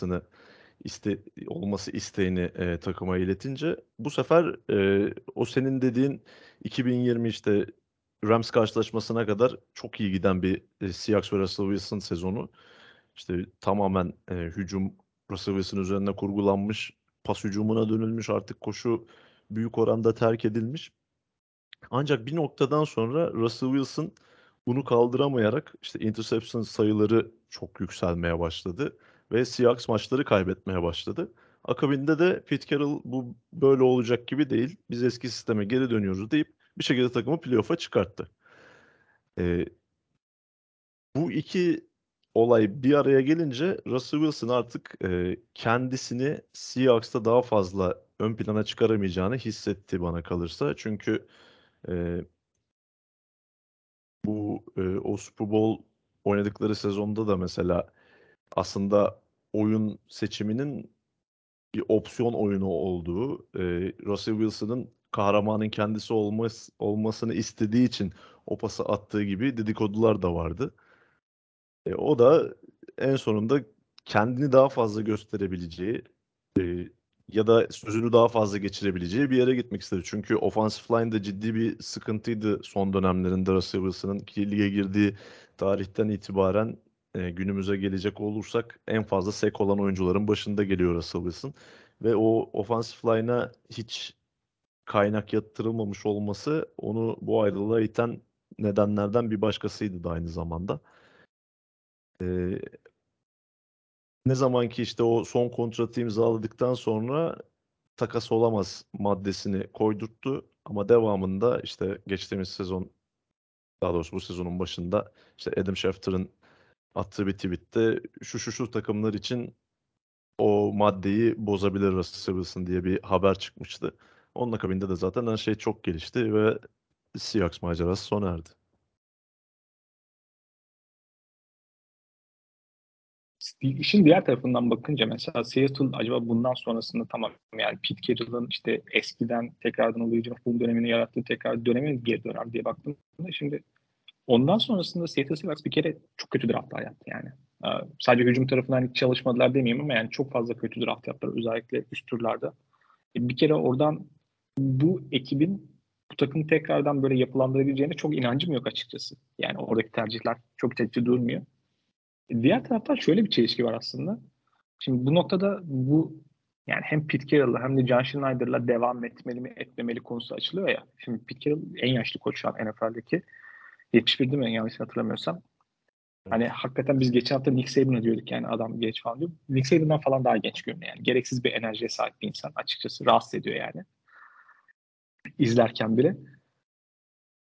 S2: olması isteğini takıma iletince bu sefer o senin dediğin 2020 işte Rams karşılaşmasına kadar çok iyi giden bir Seahawks ve Russell Wilson sezonu. İşte tamamen hücum Russell Wilson üzerine kurgulanmış, pas hücumuna dönülmüş, artık koşu büyük oranda terk edilmiş. Ancak bir noktadan sonra Russell Wilson bunu kaldıramayarak işte interception sayıları çok yükselmeye başladı ve Seahawks maçları kaybetmeye başladı. Akabinde de Pete Carroll bu böyle olacak gibi değil, biz eski sisteme geri dönüyoruz deyip bir şekilde takımı playoff'a çıkarttı. Ee, Bu iki olay bir araya gelince Russell Wilson artık kendisini Seahawks'ta daha fazla ön plana çıkaramayacağını hissetti bana kalırsa. Çünkü e, o Super Bowl oynadıkları sezonda da mesela aslında oyun seçiminin bir opsiyon oyunu olduğu, Russell Wilson'ın kahramanın kendisi olmasını istediği için o pası attığı gibi dedikodular da vardı. O da en sonunda kendini daha fazla gösterebileceği e, ya da sözünü daha fazla geçirebileceği bir yere gitmek istedi. Çünkü offensive line'da ciddi bir sıkıntıydı son dönemlerinde Russell Wilson'ın ki lige girdiği tarihten itibaren günümüze gelecek olursak en fazla sek olan oyuncuların başında geliyor Russell Wilson. Ve o offensive line'a hiç kaynak yatırılmamış olması onu bu ayrılığa iten nedenlerden bir başkasıydı da aynı zamanda. E, Ne zaman ki işte o son kontratı imzaladıktan sonra takas olamaz maddesini koydurttu. Ama devamında işte geçtiğimiz sezon, daha doğrusu bu sezonun başında işte Adam Schefter'ın attığı bir tweette şu takımlar için o maddeyi bozabilir Russell Wilson diye bir haber çıkmıştı. Onun akabinde de zaten her şey çok gelişti ve Seahawks macerası sona erdi.
S1: İşin diğer tarafından bakınca mesela Seattle acaba bundan sonrasında tamam yani Pete Carroll'ın işte eskiden tekrardan o Legion of Boom dönemini yarattığı tekrar döneme mi geri döner diye baktığımda şimdi ondan sonrasında Seattle Seahawks bir kere çok kötü draftlar yaptı yani. Sadece hücum tarafından hiç çalışmadılar demeyeyim ama yani çok fazla kötü draft yaptılar özellikle üst turlarda. Bir kere oradan bu ekibin bu takımı tekrardan böyle yapılandırabileceğine çok inancım yok açıkçası. Yani oradaki tercihler çok iç açıcı durmuyor. Diğer taraftan şöyle bir çelişki var aslında. Şimdi bu noktada bu yani hem Pete Carroll'la hem de John Schneider'la devam etmeli mi etmemeli konusu açılıyor ya. Şimdi Pete Carroll en yaşlı koç şu an NFL'deki. 71 değil mi yanlış hatırlamıyorsam. Hani
S2: Evet.
S1: hakikaten biz geçen hafta Nick Saban'a diyorduk yani adam genç falan diyor. Nick Saban'dan falan daha genç görünüyor yani. Gereksiz bir enerjiye sahip bir insan açıkçası. Rahatsız ediyor yani izlerken bile.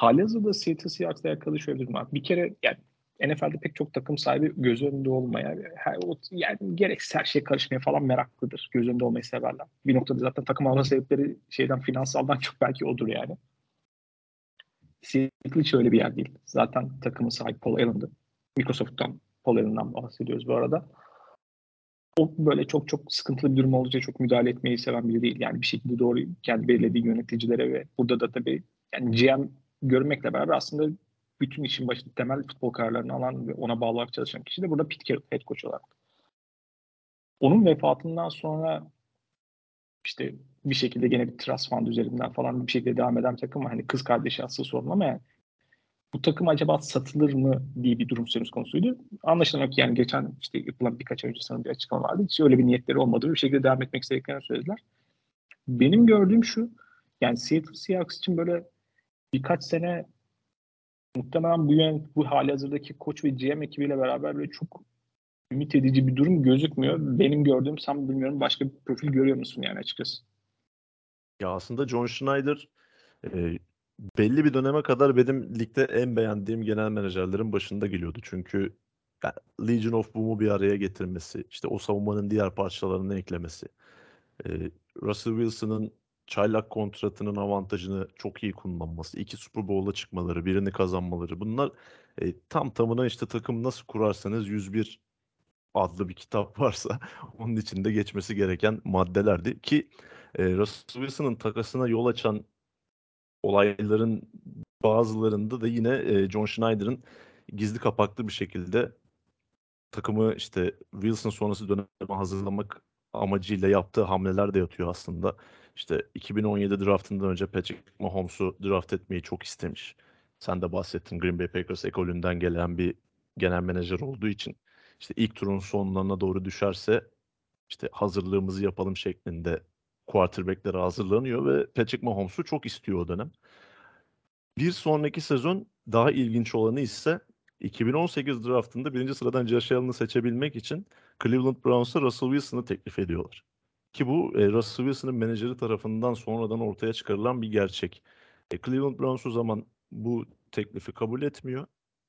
S1: Halihazırda Seattle Seahawks'la alakalı şöyle bir durum var. Bir kere yani NFL'de pek çok takım sahibi göz önünde olmaya, yani gereksiz her şeye karışmaya falan meraklıdır. Göz önünde olmayı severler. Bir noktada zaten takım alma sebepleri şeyden finansaldan çok belki odur yani. Seattle hiç öyle bir yer değil. Zaten takımın sahibi Paul Allen'dı. Microsoft'tan Paul Allen'dan bahsediyoruz bu arada. O böyle çok çok sıkıntılı bir durum olunca çok müdahale etmeyi seven biri değil. Yani bir şekilde doğru kendi belirlediği yöneticilere ve burada da tabii yani GM görmekle beraber aslında bütün işin başında temel futbol kararlarını alan ve ona bağlı olarak çalışan kişi de burada Pete Carroll head coach olarak. Onun vefatından sonra işte bir şekilde gene bir trust fund üzerinden falan bir şekilde devam eden bir takım var. Hani kız kardeşi asıl sorun ama yani bu takım acaba satılır mı diye bir durum söz konusuydu. Anlaşılan ki yani geçen işte yapılan birkaç ay önce sanırım bir açıklama vardı. Hiç öyle bir niyetleri olmadığı bir şekilde devam etmek istediklerini söylediler. Benim gördüğüm şu, yani Seattle Seahawks için böyle birkaç sene muhtemelen bu halihazırdaki koç ve GM ekibiyle beraber böyle çok ümit edici bir durum gözükmüyor. Benim gördüğüm, sen bilmiyorum, başka bir profil görüyor musun yani açıkçası?
S2: Ya aslında John Schneider e, belli bir döneme kadar benim ligde en beğendiğim genel menajerlerin başında geliyordu. Çünkü ya, Legion of Boom'u bir araya getirmesi, işte o savunmanın diğer parçalarını eklemesi, e, Russell Wilson'ın çaylak kontratının avantajını çok iyi kullanması, iki Super Bowl'a çıkmaları, birini kazanmaları, bunlar tam tamına işte takım nasıl kurarsanız 101 adlı bir kitap varsa onun içinde geçmesi gereken maddelerdi ki Russell Wilson'ın takasına yol açan olayların bazılarında da yine John Schneider'ın gizli kapaklı bir şekilde takımı işte Wilson sonrası döneme hazırlamak amacıyla yaptığı hamleler de yatıyor aslında. İşte 2017 draftından önce Patrick Mahomes'u draft etmeyi çok istemiş. Sen de bahsettin, Green Bay Packers ekolünden gelen bir genel menajer olduğu için işte ilk turun sonlarına doğru düşerse işte hazırlığımızı yapalım şeklinde quarterback'lere hazırlanıyor ve Patrick Mahomes'u çok istiyor o dönem. Bir sonraki sezon daha ilginç olanı ise 2018 draftında birinci sıradan Josh Allen'ı seçebilmek için Cleveland Browns'a Russell Wilson'ı teklif ediyorlar. Ki bu Russell Wilson'ın menajeri tarafından sonradan ortaya çıkarılan bir gerçek. Cleveland Browns o zaman bu teklifi kabul etmiyor.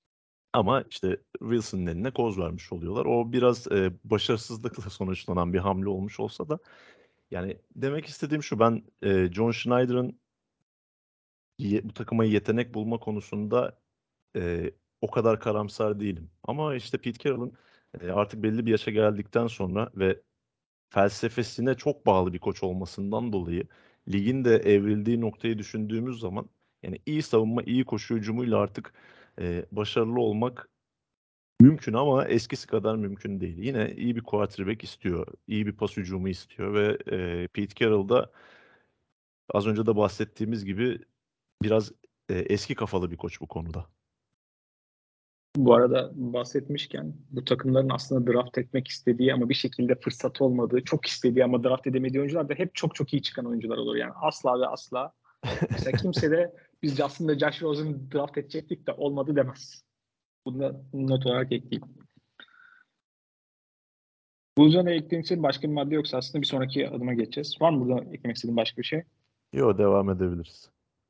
S2: Ama işte Wilson'ın eline koz vermiş oluyorlar. O biraz başarısızlıkla sonuçlanan bir hamle olmuş olsa da yani demek istediğim şu, ben John Schneider'ın bu takıma yetenek bulma konusunda e, o kadar karamsar değilim. Ama işte Pete Carroll'ın artık belli bir yaşa geldikten sonra ve felsefesine çok bağlı bir koç olmasından dolayı ligin de evrildiği noktayı düşündüğümüz zaman yani iyi savunma, iyi koşu hücumuyla artık başarılı olmak mümkün ama eskisi kadar mümkün değil. Yine iyi bir quarterback istiyor, iyi bir pas hücumu istiyor ve Pete Carroll da az önce de bahsettiğimiz gibi biraz eski kafalı bir koç bu konuda.
S1: Bu arada bahsetmişken bu takımların aslında draft etmek istediği ama bir şekilde fırsat olmadığı, çok istediği ama draft edemediği oyuncular da hep çok çok iyi çıkan oyuncular olur. Yani asla ve asla. Mesela kimse de biz aslında Josh Rosen'ı draft edecektik de olmadı demez. Bunu da not olarak ekleyeyim. Bu üzerine eklemek için başka bir madde yoksa aslında bir sonraki adıma geçeceğiz. Var mı burada eklemek istediğin başka bir şey?
S2: Yo, devam edebiliriz.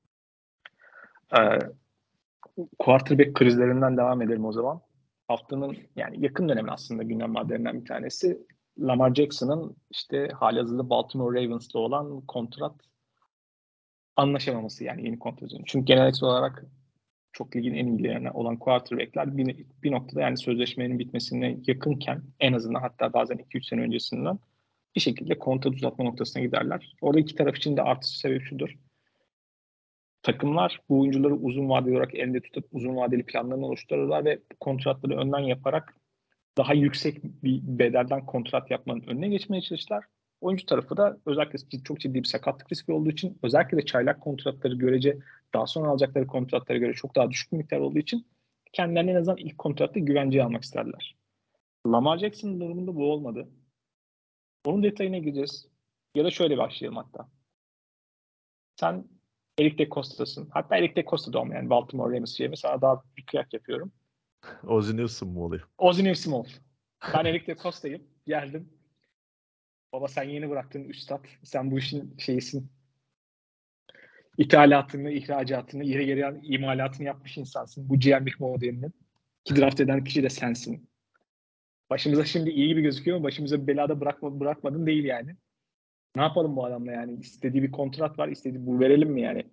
S1: Ee, Quarterback krizlerinden devam edelim o zaman. Haftanın yani yakın dönemin aslında gündem maddelerinden bir tanesi Lamar Jackson'ın işte halihazırda Baltimore Ravens'la olan kontrat anlaşamaması, yani yeni kontratın. Çünkü genel olarak çok ligin en iyilerine olan quarterback'ler bir noktada yani sözleşmenin bitmesine yakınken en azından hatta bazen 2-3 sene öncesinden bir şekilde kontrat uzatma noktasına giderler. Orada iki taraf için de artısı sebep şudur: takımlar bu oyuncuları uzun vadeli olarak elinde tutup uzun vadeli planlarını oluştururlar ve kontratları önden yaparak daha yüksek bir bedelden kontrat yapmanın önüne geçmeye çalıştılar. Oyuncu tarafı da özellikle çok ciddi bir sakatlık riski olduğu için, özellikle de çaylak kontratları görece daha sonra alacakları kontratlara göre çok daha düşük bir miktar olduğu için kendilerine en azından ilk kontratta güvenceye almak isterler. Lamar Jackson'ın durumunda bu olmadı. Onun detayına gireceğiz. Ya da şöyle başlayalım hatta. Sen Eric De Costa'sın. Hatta Eric De Costa da olmayan yani Baltimore Ravens'ye mesela daha bir kıyak yapıyorum.
S2: Ozzie Newsome mu oluyor?
S1: Ozzie Newsome oldu. Ben Eric De Costa'yım. Geldim. Baba sen yeni bıraktın üstad. Sen bu işin şeyisin. İthalatını, ihracatını, yeri gelen imalatını yapmış insansın. Bu GM modelinin. Ki draft eden kişi de sensin. Başımıza şimdi iyi gibi gözüküyor ama başımıza bir belada bırakmadın değil yani. Ne yapalım bu adamla yani? İstediği bir kontrat var. İstediği bu verelim mi yani?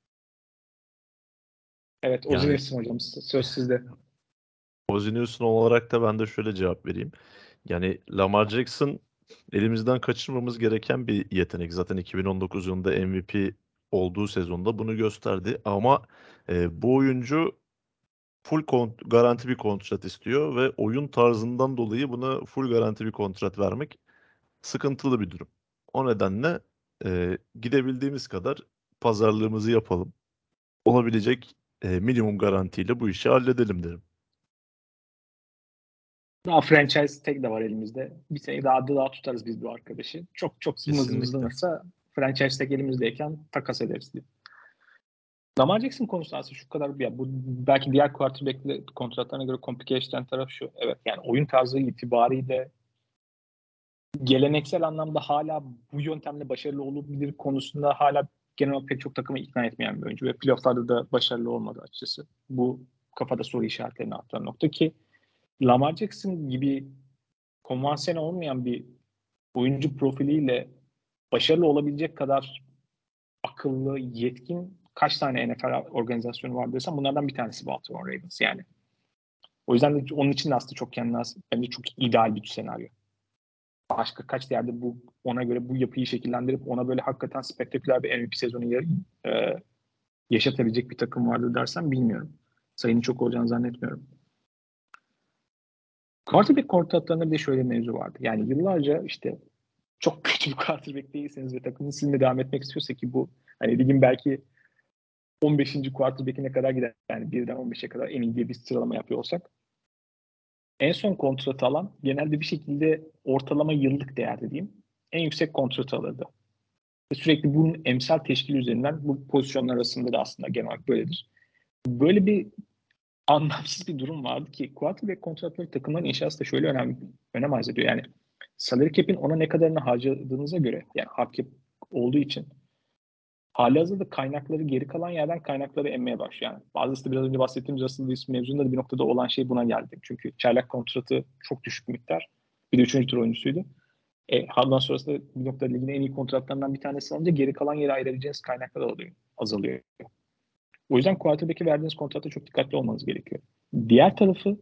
S1: Evet,
S2: Yani
S1: Ozinevsin hocam. Söz sizde.
S2: Ozzy olarak da ben de şöyle cevap vereyim. Yani Lamar Jackson elimizden kaçırmamamız gereken bir yetenek. Zaten 2019 yılında MVP olduğu sezonda bunu gösterdi. Ama bu oyuncu full garanti bir kontrat istiyor ve oyun tarzından dolayı buna full garanti bir kontrat vermek sıkıntılı bir durum. O nedenle gidebildiğimiz kadar pazarlığımızı yapalım. Olabilecek minimum garantiyle bu işi halledelim derim.
S1: Daha franchise tag de var elimizde. Bir sene daha tutarız biz bu arkadaşı. Çok çok
S2: Kesinlikle.
S1: mızlanırsa franchise tag elimizdeyken takas ederiz diye. Lamar Jackson konusu aslında şu kadar ya bu belki diğer quarterback kontratlarına göre komplike işleyen taraf şu. Evet yani oyun tarzı itibariyle geleneksel anlamda hala bu yöntemle başarılı olabilir konusunda hala genel olarak pek çok takımı ikna etmeyen bir oyuncu ve playofflarda da başarılı olmadı açıkçası. Bu kafada soru işaretlerini artan nokta ki Lamar Jackson gibi konvansiyonel olmayan bir oyuncu profiliyle başarılı olabilecek kadar akıllı, yetkin kaç tane NFL organizasyonu var desem bunlardan bir tanesi Baltimore Ravens yani. O yüzden de onun için de aslında çok kendine bence çok ideal bir senaryo. Başka kaç yerde bu ona göre bu yapıyı şekillendirip ona böyle hakikaten spektaküler bir MVP sezonu yaşatabilecek bir takım vardı dersen bilmiyorum. Sayının çok olacağını zannetmiyorum. Quarterback kontratlarında bir de şöyle bir mevzu vardı. Yani yıllarca işte çok kötü bir quarterback değilseniz ve takımın sizinle devam etmek istiyorsa ki bu hani ligin belki 15. quarterback'ine kadar gider. Yani 1'den 15'e kadar en iyi diye bir sıralama yapıyor olsak. En son kontratı alan genelde bir şekilde ortalama yıllık değerde diyeyim. En yüksek kontratı alırdı. Ve sürekli bunun emsal teşkil üzerinden bu pozisyonlar arasında da aslında genel olarak böyledir. Böyle bir anlamsız bir durum vardı ki quarterback kontratları takımların inşası da şöyle önem arz ediyor. Yani salary cap'in ona ne kadarını harcadığınıza göre yani hard cap olduğu için halihazırda kaynakları geri kalan yerden kaynakları emmeye başlıyor. Yani bazısı da biraz önce bahsettiğimiz Russell Wilson mevzunda da bir noktada olan şey buna geldi. Çünkü çaylak kontratı çok düşük miktar. Bir de 3. tur oyuncusuydu. Ondan sonrasında bir noktada ligin en iyi kontratlarından bir tanesi alınca geri kalan yere ayırabileceğiniz kaynaklar azalıyor. O yüzden quarterback'e verdiğiniz kontratta çok dikkatli olmanız gerekiyor. Diğer tarafı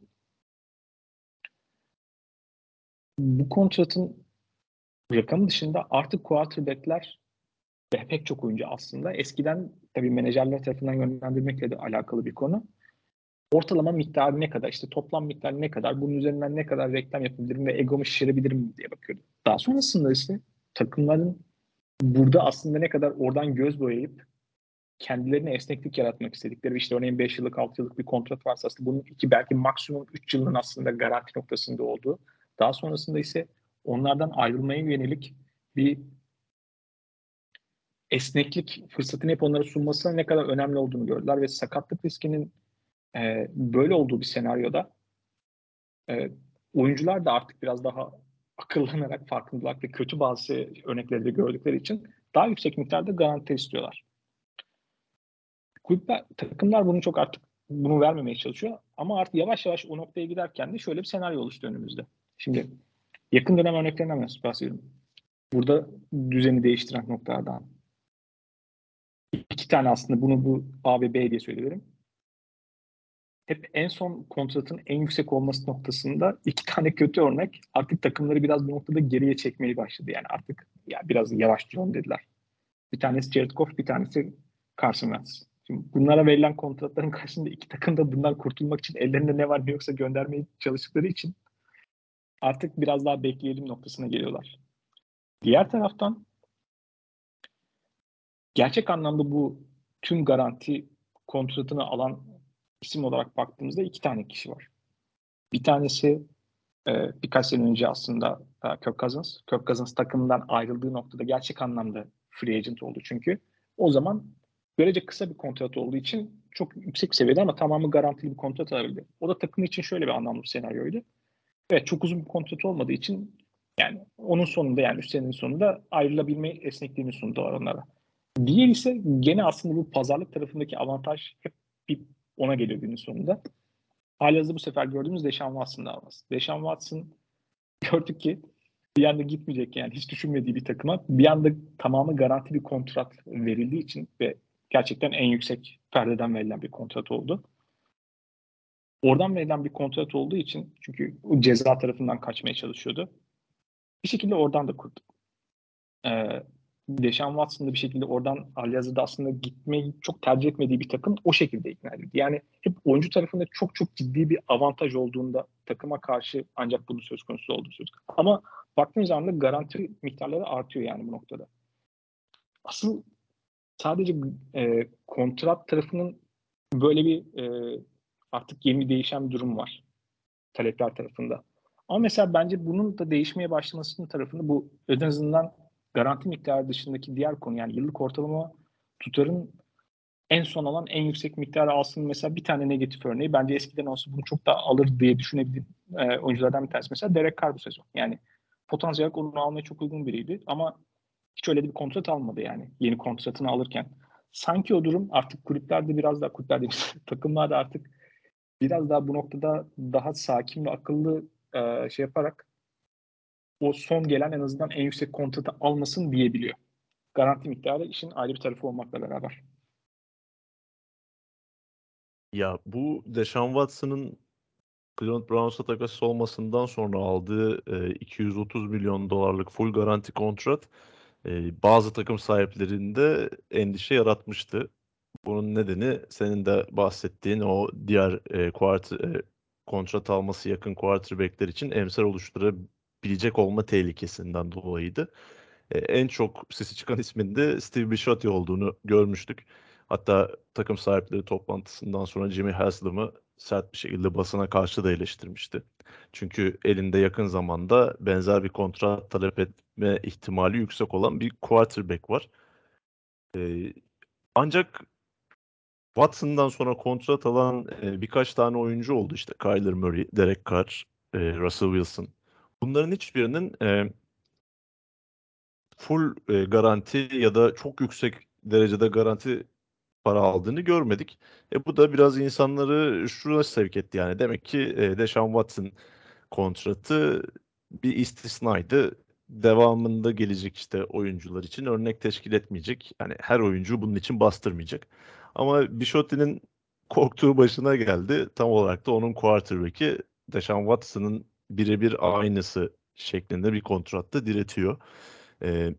S1: bu kontratın rakamı dışında artık quarterback'ler ve pek çok oyuncu aslında eskiden tabii menajerler tarafından yönlendirmekle de alakalı bir konu. Ortalama miktarı ne kadar, işte toplam miktarı ne kadar, bunun üzerinden ne kadar reklam yapabilirim ve egomu şişirebilirim diye bakıyordum. Daha sonrasında ise takımların burada aslında ne kadar oradan göz boyayıp kendilerine esneklik yaratmak istedikleri, işte örneğin 5 yıllık 6 yıllık bir kontrat varsa aslında bunun iki belki maksimum 3 yılının aslında garanti noktasında olduğu. Daha sonrasında ise onlardan ayrılmaya yönelik bir esneklik fırsatını hep onlara sunmasına ne kadar önemli olduğunu gördüler ve sakatlık riskinin böyle olduğu bir senaryoda e, oyuncular da artık biraz daha akıllanarak farkındalık ve kötü bazı örnekleri de gördükleri için daha yüksek miktarda garanti istiyorlar. Kulüpler, takımlar bunu çok artık bunu vermemeye çalışıyor ama artık yavaş yavaş o noktaya giderken de şöyle bir senaryo oluştu önümüzde. Şimdi yakın dönem örneklerinden bahsediyorum. Burada düzeni değiştiren noktalardan. İki tane aslında bunu bu A ve B diye söyleyelim. Hep en son kontratın en yüksek olması noktasında iki tane kötü örnek artık takımları biraz bu noktada geriye çekmeye başladı. Yani artık ya biraz yavaş duralım dediler. Bir tanesi Jared Goff, bir tanesi Carson Wentz. Şimdi bunlara verilen kontratların karşısında iki takım da bundan kurtulmak için ellerinde ne var ne yoksa göndermeye çalıştıkları için artık biraz daha bekleyelim noktasına geliyorlar. Diğer taraftan gerçek anlamda bu tüm garanti kontratını alan isim olarak baktığımızda iki tane kişi var. Bir tanesi birkaç sene önce aslında Kirk Cousins. Kirk Cousins takımdan ayrıldığı noktada gerçek anlamda free agent oldu çünkü. O zaman böylece kısa bir kontrat olduğu için çok yüksek bir seviyede ama tamamı garantili bir kontrat alabildi. O da takım için şöyle bir anlamlı bir senaryoydu. Evet çok uzun bir kontrat olmadığı için yani onun sonunda yani üst senenin sonunda ayrılabilme esnekliğini sundular onlara. Diğer ise gene aslında bu pazarlık tarafındaki avantaj hep bir ona geliyor günün sonunda. Hâlihazırda bu sefer gördüğümüz Deshaun Watson davası. Deshaun Watson gördük ki bir anda gitmeyecek, yani hiç düşünmediği bir takıma bir anda tamamı garanti bir kontrat verildiği için ve gerçekten en yüksek perdeden verilen bir kontrat oldu. Oradan verilen bir kontrat olduğu için, çünkü o ceza tarafından kaçmaya çalışıyordu. Bir şekilde oradan da kurtulduk. Eee, Deshaun Watson da bir şekilde oradan hâlihazırda aslında gitmeyi çok tercih etmediği bir takım o şekilde ikna edildi. Yani hep oyuncu tarafında çok çok ciddi bir avantaj olduğunda takıma karşı ancak bunun söz konusu olduğu söz. Ama baktığın zaman da garanti miktarları artıyor yani bu noktada. Asıl sadece kontrat tarafının böyle bir, artık yeni değişen bir durum var talepler tarafında. Ama mesela bence bunun da değişmeye başlamasının tarafında bu en azından garanti miktarı dışındaki diğer konu, yani yıllık ortalama tutarın en son alan en yüksek miktarı alsın, mesela bir tane negatif örneği bence eskiden olsa bunu çok daha alır diye düşünebildiğim, oyunculardan bir tanesi mesela Derek Carr bu sezon. Yani potansiyel olarak onu almaya çok uygun biriydi ama hiç öyle de bir kontrat almadı yani yeni kontratını alırken. Sanki o durum artık kulüplerde biraz daha, kulüpler demişim, takımlarda artık biraz daha bu noktada daha sakin ve akıllı, şey yaparak o son gelen en azından en yüksek kontratı almasın diyebiliyor. Garanti miktarı işin ayrı bir tarafı olmakla beraber.
S2: Ya, bu Deshaun Watson'ın Cleveland Browns'a takas olmasından sonra aldığı, $230 milyon full garanti kontrat, bazı takım sahiplerinde endişe yaratmıştı. Bunun nedeni senin de bahsettiğin o diğer, kontrat alması yakın quarterback'ler için emsal oluşturabilecek olma tehlikesinden dolayıydı. En çok sesi çıkan ismin de Steve Bisciotti olduğunu görmüştük. Hatta takım sahipleri toplantısından sonra Jimmy Haslam'ı sert bir şekilde basına karşı da eleştirmişti. Çünkü elinde yakın zamanda benzer bir kontrat talep etme ihtimali yüksek olan bir quarterback var. Eee, Ancak Watson'dan sonra kontrat alan, birkaç tane oyuncu oldu. İşte Kyler Murray, Derek Carr, Russell Wilson. Bunların hiçbirinin, full, garanti ya da çok yüksek derecede garanti para aldığını görmedik. Bu da biraz insanları şuna sevk etti yani. Demek ki, Deshaun Watson kontratı bir istisnaydı. Devamında gelecek, işte, oyuncular için örnek teşkil etmeyecek. Yani her oyuncu bunun için bastırmayacak. Ama Bisciotti'nin korktuğu başına geldi. Tam olarak da onun quarterback'i Deshaun Watson'ın birebir aynısı şeklinde bir kontratta diretiyor. Eee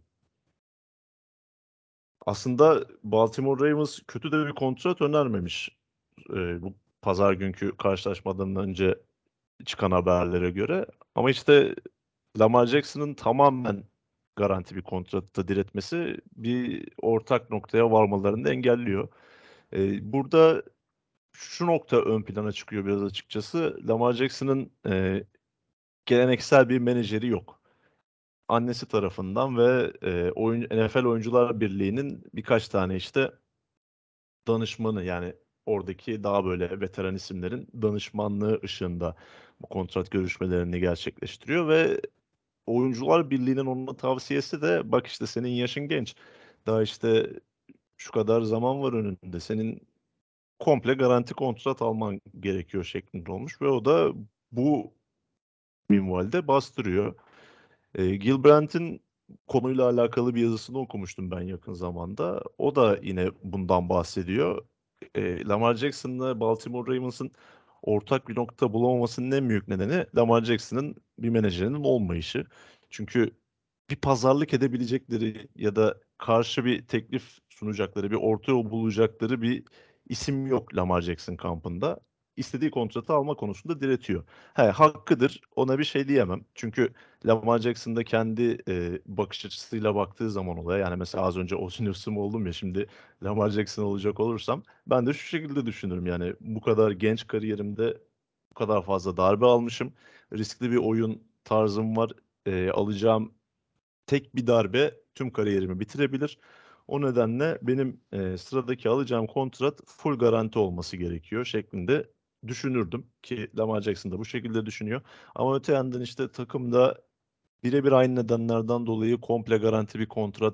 S2: Aslında Baltimore Ravens kötü de bir kontrat önermemiş, bu pazar günkü karşılaşmadan önce çıkan haberlere göre. Ama, işte, Lamar Jackson'ın tamamen garanti bir kontratta diretmesi bir ortak noktaya varmalarını engelliyor. Burada şu nokta ön plana çıkıyor biraz açıkçası. Lamar Jackson'ın, geleneksel bir menajeri yok. Annesi tarafından ve, NFL Oyuncular Birliği'nin birkaç tane, işte, danışmanı, yani, oradaki daha böyle veteran isimlerin danışmanlığı ışığında bu kontrat görüşmelerini gerçekleştiriyor ve Oyuncular Birliği'nin ona tavsiyesi de "Bak, işte, senin yaşın genç. Daha, işte, şu kadar zaman var önünde. Senin komple garanti kontrat alman gerekiyor." şeklinde olmuş ve o da bu minvalde bastırıyor. Gilbrandt'in konuyla alakalı bir yazısını okumuştum ben yakın zamanda. O da yine bundan bahsediyor. Lamar Jackson'la Baltimore Ravens'ın ortak bir nokta bulamamasının en büyük nedeni Lamar Jackson'ın bir menajerinin olmayışı. Çünkü bir pazarlık edebilecekleri ya da karşı bir teklif sunacakları, bir orta yol bulacakları bir isim yok Lamar Jackson kampında. İstediği kontratı alma konusunda diretiyor. He, hakkıdır, ona bir şey diyemem. Çünkü Lamar Jackson da kendi, bakış açısıyla baktığı zaman olaya, yani, mesela az önce Ozzie Newsome oldum ya, şimdi Lamar Jackson olacak olursam ben de şu şekilde düşünürüm, yani, bu kadar genç kariyerimde bu kadar fazla darbe almışım, riskli bir oyun tarzım var, alacağım tek bir darbe tüm kariyerimi bitirebilir. O nedenle benim, sıradaki alacağım kontrat full garanti olması gerekiyor şeklinde düşünürdüm ki Lamar Jackson da bu şekilde düşünüyor. Ama öte yandan, işte, takım da birebir aynı nedenlerden dolayı komple garanti bir kontrat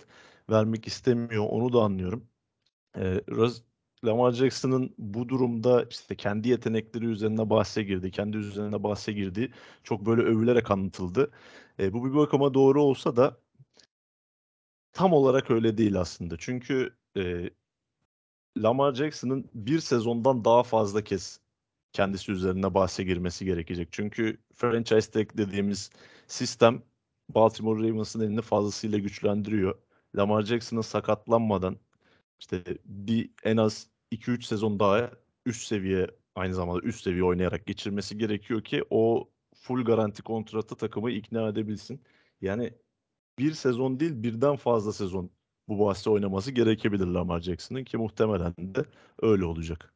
S2: vermek istemiyor, onu da anlıyorum. Eee, Raz Lamar Jackson'ın bu durumda, işte, kendi yetenekleri üzerine bahse girdi, kendi üzerine bahse girdiği çok böyle övülerek anlatıldı. Bu bir bakıma doğru olsa da tam olarak öyle değil aslında. Çünkü, Lamar Jackson'ın bir sezondan daha fazla kez kendisi üzerine bahse girmesi gerekecek. Çünkü franchise tag dediğimiz sistem Baltimore Ravens'ın elini fazlasıyla güçlendiriyor. Lamar Jackson'ın sakatlanmadan, işte, en az 2-3 sezon daha üst seviye, aynı zamanda üst seviye oynayarak geçirmesi gerekiyor ki o full garanti kontratı takımı ikna edebilsin. Yani bir sezon değil, birden fazla sezon bu bahsi oynaması gerekebilir Lamar Jackson'ın ki muhtemelen de öyle olacak.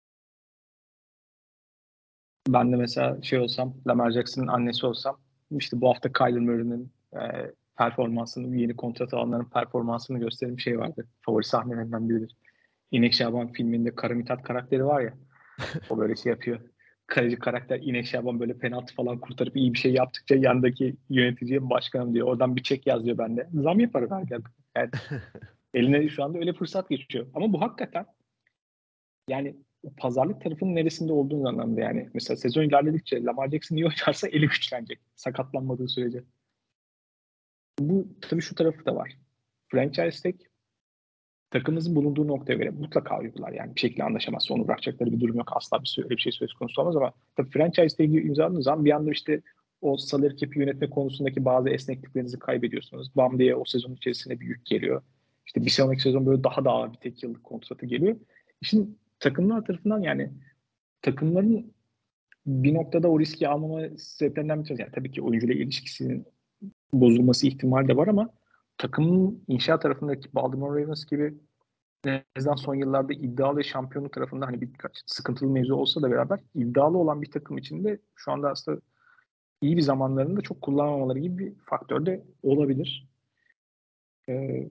S1: Ben de mesela şey olsam, Lamar Jackson'ın annesi olsam, işte bu hafta Kyler Murray'nin performansını, yeni kontrat alanların performansını gösterdiğim şey vardı. Favori sahnelerinden biridir. İnek Şaban filminde Kara Mithat karakteri var ya, o böyle şey yapıyor. Kaleci karakter İnek Şaban böyle penaltı falan kurtarıp iyi bir şey yaptıkça yandaki yöneticiye başkanım diyor. Oradan bir çek yazıyor bende. Zam yaparım herkes. Yani eline şu anda öyle fırsat geçiyor. Ama bu hakikaten yani o pazarlık tarafının neresinde olduğunu anlamda yani. Mesela sezon ilerledikçe Lamar Jackson iyi oynarsa eli güçlenecek. Sakatlanmadığı sürece. Bu tabii şu tarafı da var. Franchise tag takımınızın bulunduğu noktaya göre mutlaka uygular. Yani bir şekilde anlaşamazsa onu bırakacakları bir durum yok. Asla öyle bir şey söz konusu olmaz ama tabii franchise tag'i imzaladığınız zaman bir anda işte o salary cap'i yönetme konusundaki bazı esnekliklerinizi kaybediyorsunuz. Bam diye o sezon içerisinde bir yük geliyor. İşte bir sonraki sezon böyle daha da ağır bir tek yıllık kontratı geliyor. İşin takımlar tarafından yani takımların bir noktada o riski almama sebeplerinden bir tanesi. Yani tabii ki oyuncuyla ilişkisinin bozulması ihtimali de var ama takımın inşaat tarafındaki Baltimore Ravens gibi en azından son yıllarda iddialı ve şampiyonluk tarafında hani birkaç sıkıntılı mevzu olsa da beraber iddialı olan bir takım içinde şu anda aslında iyi bir zamanlarında çok kullanmamaları gibi bir faktör de olabilir. Ee,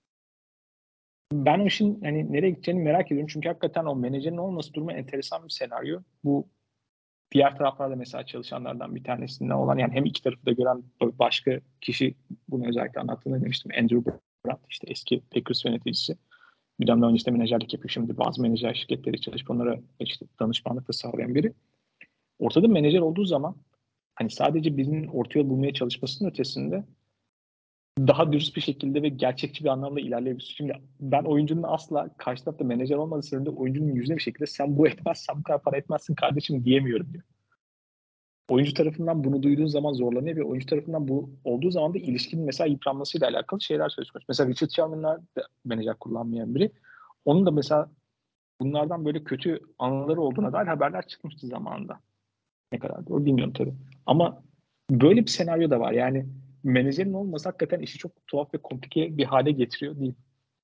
S1: Ben o işin hani nereye gideceğini merak ediyorum. Çünkü hakikaten o menajerin olması durumu enteresan bir senaryo. Bu diğer taraflarda mesela çalışanlardan bir tanesinden olan yani hem iki tarafı da gören başka kişi bunu özellikle anlattığını demiştim. Andrew Brandt işte eski Packers yöneticisi. Bir dönem öncesinde menajerlik yapıyor. Şimdi bazı menajer şirketleri çalışıp onlara işte danışmanlık da sağlayan biri. Ortada menajer olduğu zaman hani sadece birinin orta yol bulmaya çalışmasının ötesinde daha dürüst bir şekilde ve gerçekçi bir anlamda ilerleyebilir. Şimdi ben oyuncunun asla karşı tarafta menajer olmadığı sırada oyuncunun yüzüne bir şekilde sen bu etmezsen bu kadar para etmezsin kardeşim diyemiyorum diyor. Oyuncu tarafından bunu duyduğun zaman zorlanıyor ve oyuncu tarafından bu olduğu zaman da ilişkinin mesela yıpranmasıyla alakalı şeyler söz konusu. Mesela Richard Sherman'lar da menajer kullanmayan biri. Onun da mesela bunlardan böyle kötü anıları olduğuna dair haberler çıkmıştı zamanında. Ne kadar doğru bilmiyorum tabii. Ama böyle bir senaryo da var. Yani menajerin olması hakikaten işi çok tuhaf ve komplike bir hale getiriyor değil.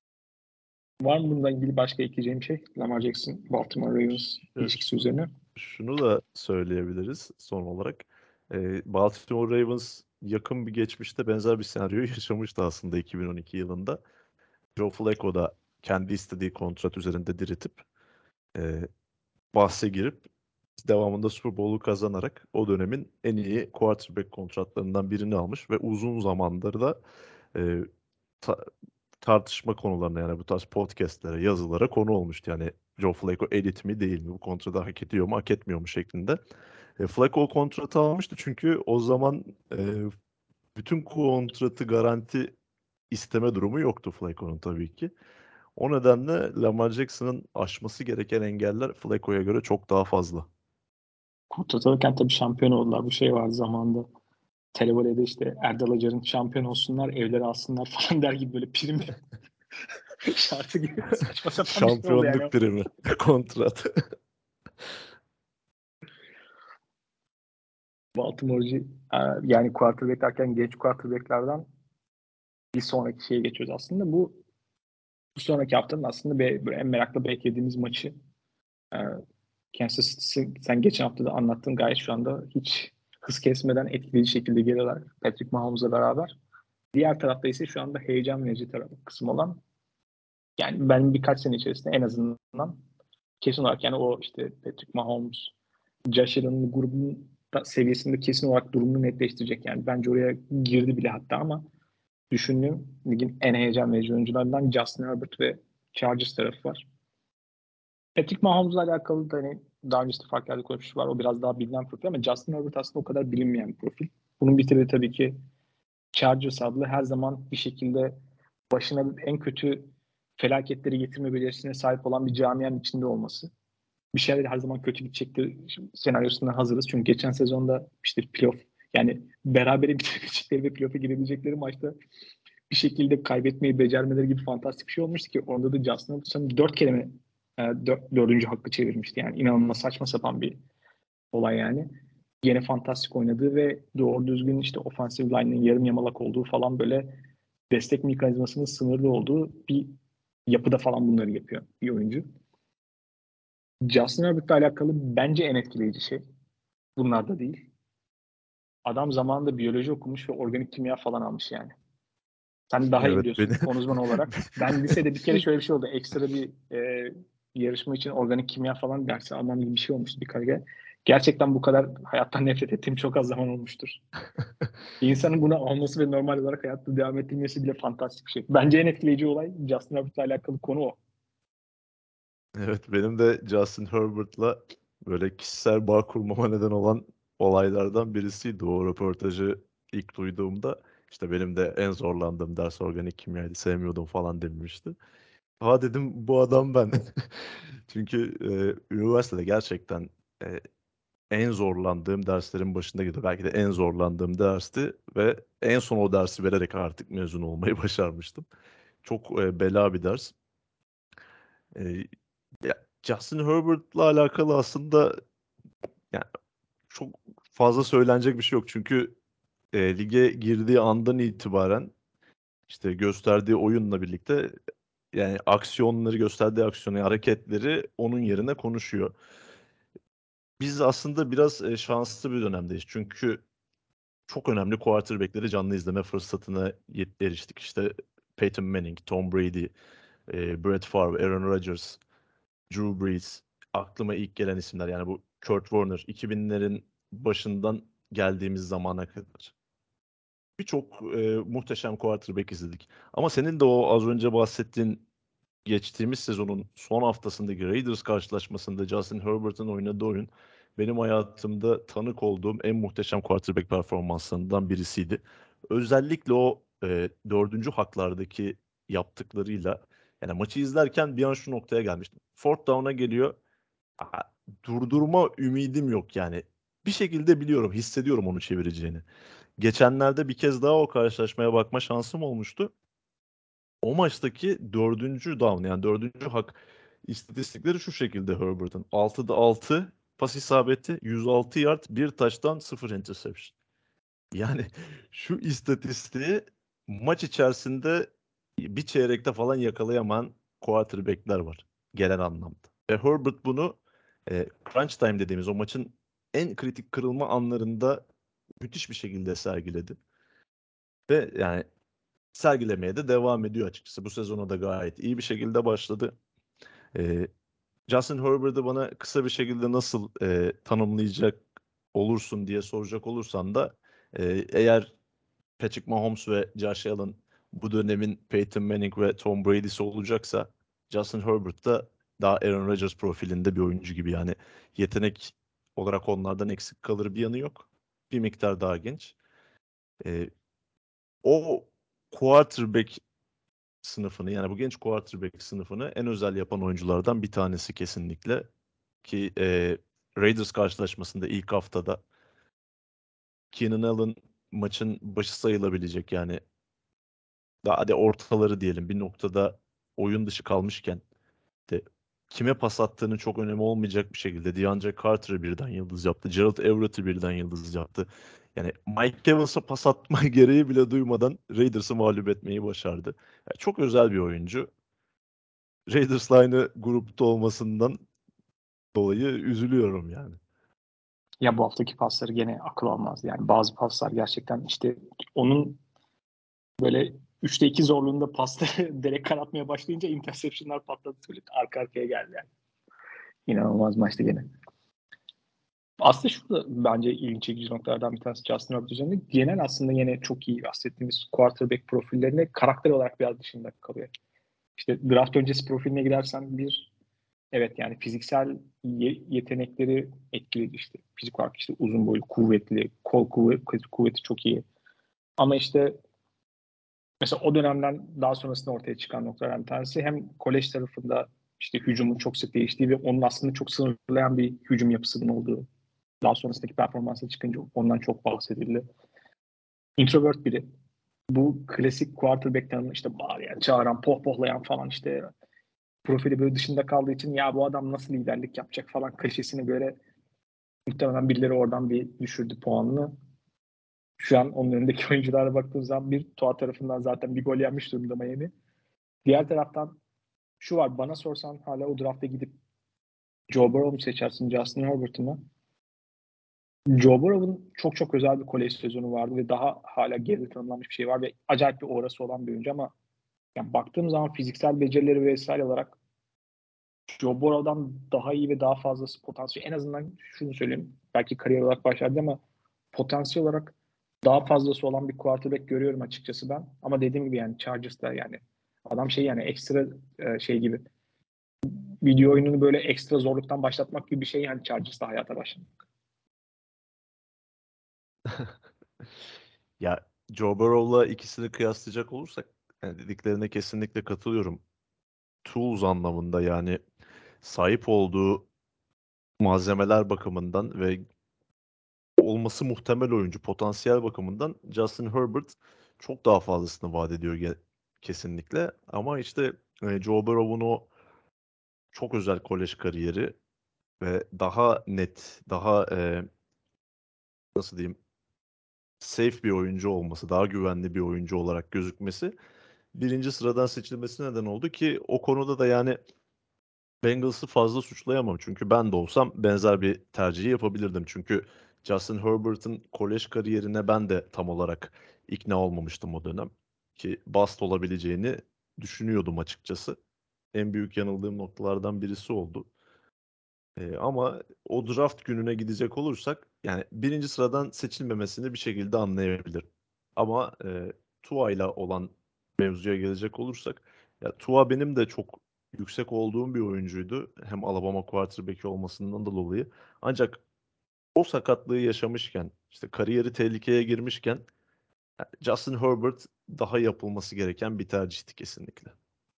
S1: Var mı bununla ilgili başka ekleyeceğim şey? Lamar Jackson, Baltimore Ravens
S2: Ya,
S1: ilişkisi üzerine.
S2: şunu da söyleyebiliriz son olarak. Baltimore Ravens yakın bir geçmişte benzer bir senaryoyu yaşamıştı aslında 2012 yılında. Joe Flacco da kendi istediği kontrat üzerinde diretip eee bahse girip devamında Super Bowl'u kazanarak o dönemin en iyi quarterback kontratlarından birini almış ve uzun zamandır da eee, ta- tartışma konularına, yani bu tarz podcastlere, yazılara konu olmuştu. Yani Joe Flacco elit mi değil mi? Bu kontratı hak ediyor mu, hak etmiyor mu şeklinde. Flacco o kontratı almıştı çünkü o zaman bütün kontratı garanti isteme durumu yoktu Flacco'nun tabii ki. O nedenle Lamar Jackson'ın aşması gereken engeller Flacco'ya göre çok daha fazla.
S1: Kontrat alırken tabii şampiyon oldular. Bu şey vardı zamanında. Televole'de işte Erdal Acar'ın şampiyon olsunlar, evleri alsınlar falan der gibi böyle prim şartı gibi saçma sapan bir şey oldu yani.
S2: Şampiyonluk primi, kontrat.
S1: Baltimore'cu yani quarterback derken genç quarterback'lerden bir sonraki şeye geçiyoruz aslında. Bu sonraki haftanın aslında böyle en merakla beklediğimiz maçı. E, Kansas City sen geçen hafta da anlattın gayet şu anda hiç hız kesmeden etkileyici şekilde geliyorlar Patrick Mahomes'la beraber. Diğer tarafta ise şu anda heyecan verici tarafı kısım olan yani ben birkaç sene içerisinde en azından kesin olarak yani o işte Patrick Mahomes, Josh Allen'ın grubun seviyesinde kesin olarak durumunu netleştirecek. Yani bence oraya girdi bile hatta ama düşündüğüm ligin en heyecan verici oyuncularından Justin Herbert ve Chargers tarafı var. Patrick Mahomes'la alakalı da hani daha önce farklı yerde konuşmuş var. O biraz daha bilinen profil ama Justin Herbert aslında o kadar bilinmeyen bir profil. Bunun bitirdiği tabii ki Chargers adlı her zaman bir şekilde başına en kötü felaketleri getirme becerisine sahip olan bir camianın içinde olması. Bir şeyler her zaman kötü gidecektir senaryosundan hazırız. Çünkü geçen sezonda işte playoff yani berabere bitirebilecekleri ve playoff'a girebilecekleri maçta bir şekilde kaybetmeyi becermeleri gibi fantastik bir şey olmuştu ki orada da Justin Herbert 4 kere mi dördüncü hakkı çevirmişti. Yani inanılmaz saçma sapan bir olay yani. Gene fantastik oynadığı ve doğru düzgün işte offensive line'ın yarım yamalak olduğu falan böyle destek mekanizmasının sınırlı olduğu bir yapıda falan bunları yapıyor bir oyuncu. Justin Herbert'le alakalı bence en etkileyici şey bunlar da değil. Adam zamanında biyoloji okumuş ve organik kimya falan almış yani. Sen daha iyi
S2: Evet, beni
S1: biliyorsun konu uzmanı olarak. Ben lisede bir kere şöyle bir şey oldu. Ekstra bir yarışma için organik kimya falan dersi almam gibi bir şey olmuştu bir kere. Gerçekten bu kadar hayattan nefret ettiğim çok az zaman olmuştur. İnsanın bunu alması ve normal olarak hayatta devam ettirmesi bile fantastik bir şey. Bence en etkileyici olay Justin Herbert'la alakalı konu o.
S2: evet, benim de Justin Herbert'la böyle kişisel bağ kurmama neden olan olaylardan birisiydi. O röportajı ilk duyduğumda işte benim de en zorlandığım ders organik kimyaydı, sevmiyordum falan demişti. Ha dedim, bu adam ben. Çünkü üniversitede gerçekten e, en zorlandığım derslerin başında gidiyor. Belki de en zorlandığım dersti ve en son o dersi vererek artık mezun olmayı başarmıştım. Çok bela bir ders. E, Justin Herbert'la alakalı aslında yani çok fazla söylenecek bir şey yok. Çünkü lige girdiği andan itibaren işte gösterdiği oyunla birlikte yani aksiyonları, gösterdiği aksiyonu, hareketleri onun yerine konuşuyor. Biz aslında biraz şanslı bir dönemdeyiz. Çünkü çok önemli quarterback'leri canlı izleme fırsatına eriştik. İşte Peyton Manning, Tom Brady, Brett Favre, Aaron Rodgers, Drew Brees, aklıma ilk gelen isimler. Yani bu Kurt Warner, 2000'lerin başından geldiğimiz zamana kadar. Birçok muhteşem quarterback izledik. Ama senin de o az önce bahsettiğin geçtiğimiz sezonun son haftasındaki Raiders karşılaşmasında Justin Herbert'ın oynadığı oyun benim hayatımda tanık olduğum en muhteşem quarterback performanslarından birisiydi. Özellikle o dördüncü haklardaki yaptıklarıyla yani maçı izlerken bir an şu noktaya gelmiştim. Fourth down'a geliyor. Aa, durdurma ümidim yok yani. Bir şekilde biliyorum, hissediyorum onu çevireceğini. Geçenlerde bir kez daha o karşılaşmaya bakma şansım olmuştu. O maçtaki dördüncü down yani dördüncü hak istatistikleri şu şekilde Herbert'ın. 6'da 6 pas isabeti, 106 yard, bir taştan, sıfır interception. Yani şu istatistiği maç içerisinde bir çeyrekte falan yakalayamayan quarterback'ler var genel anlamda. Ve Herbert bunu crunch time dediğimiz o maçın en kritik kırılma anlarında müthiş bir şekilde sergiledi. Ve yani sergilemeye de devam ediyor açıkçası. Bu sezona da gayet iyi bir şekilde başladı. Ee, Justin Herbert'ı bana kısa bir şekilde nasıl tanımlayacak olursun diye soracak olursan da eğer Patrick Mahomes ve Josh Allen bu dönemin Peyton Manning ve Tom Brady'si olacaksa Justin Herbert da daha Aaron Rodgers profilinde bir oyuncu gibi yani yetenek olarak onlardan eksik kalır bir yanı yok. Bir miktar daha genç. Ee, o quarterback sınıfını yani bu genç quarterback sınıfını en özel yapan oyunculardan bir tanesi kesinlikle ki Raiders karşılaşmasında ilk haftada Keenan Allen maçın başı sayılabilecek yani daha hadi ortaları diyelim bir noktada oyun dışı kalmışken de kime pas attığının çok önemi olmayacak bir şekilde DeAndre Carter'ı birden yıldız yaptı. Gerald Everett'i birden yıldız yaptı. Yani Mike Evans'a pas atma gereği bile duymadan Raiders'ı mağlup etmeyi başardı. Yani çok özel bir oyuncu. Raiders'la aynı grupta olmasından dolayı üzülüyorum yani.
S1: Ya bu haftaki pasları gene akıl almaz. Yani bazı paslar gerçekten işte onun böyle 3'te 2 zorluğunda pasta direkt kanatmaya başlayınca interception'lar patladı. Böyle arka arkaya geldi yani. İnanılmaz maçtı gene. Aslında şu da bence ilginç çekici noktalardan bir tanesi Justin Herbert üzerinde. Genel aslında yine çok iyi bahsettiğimiz quarterback profillerine karakter olarak biraz dışında kalıyor. İşte draft öncesi profiline girersen evet yani fiziksel yetenekleri etkili işte fizik olarak işte uzun boylu, kuvvetli, kuvveti çok iyi. Ama işte mesela o dönemden daha sonrasında ortaya çıkan noktalardan bir tanesi hem kolej tarafında işte hücumun çok sık değiştiği ve onun aslında çok sınırlayan bir hücum yapısının olduğu. Daha sonrasındaki performansa çıkınca ondan çok bahsedildi. Introvert biri. Bu klasik quarterback'ten işte bağıran, çağıran, pohpohlayan falan işte profili böyle dışında kaldığı için ya bu adam nasıl liderlik yapacak falan klişesine göre muhtemelen birileri oradan bir düşürdü puanını. Şu an onun önündeki oyunculara baktığım zaman bir Tua tarafından zaten bir gol yenmiş durumda Miami. Diğer taraftan şu var bana sorsan hala o drafta gidip Joe Burrow mu seçersin Justin Herbert'ı mı? Joe Burrow'un çok çok özel bir kolej sezonu vardı ve daha hala geride tanımlanmış bir şey var ve acayip bir orası olan bir oyuncu ama yani baktığım zaman fiziksel becerileri vesaire olarak Joe Burrow'dan daha iyi ve daha fazlası potansiyel. En azından şunu söyleyeyim. Belki kariyer olarak başardı ama potansiyel olarak daha fazlası olan bir quarterback görüyorum açıkçası ben. Ama dediğim gibi yani Chargers'da yani adam şey yani ekstra şey gibi video oyununu böyle ekstra zorluktan başlatmak gibi bir şey yani Chargers'ta hayata başlamak.
S2: Ya Joe Burrow'la ikisini kıyaslayacak olursak yani dediklerine kesinlikle katılıyorum. Tools anlamında yani sahip olduğu malzemeler bakımından ve olması muhtemel oyuncu potansiyel bakımından Justin Herbert çok daha fazlasını vaat ediyor kesinlikle. Ama işte Joe Burrow'un o çok özel kolej kariyeri ve daha net, daha nasıl diyeyim safe bir oyuncu olması, daha güvenli bir oyuncu olarak gözükmesi birinci sıradan seçilmesi neden oldu ki o konuda da yani Bengals'ı fazla suçlayamam. Çünkü ben de olsam benzer bir tercihi yapabilirdim. Çünkü Justin Herbert'ın kolej kariyerine ben de tam olarak ikna olmamıştım o dönem. Ki bust olabileceğini düşünüyordum açıkçası. En büyük yanıldığım noktalardan birisi oldu. Ama o draft gününe gidecek olursak yani birinci sıradan seçilmemesini bir şekilde anlayabilirim. Ama Tua ile olan mevzuya gelecek olursak ya Tua benim de çok yüksek olduğum bir oyuncuydu. Hem Alabama quarterback'i olmasından da dolayı. Ancak o sakatlığı yaşamışken işte kariyeri tehlikeye girmişken Justin Herbert daha yapılması gereken bir tercihti kesinlikle.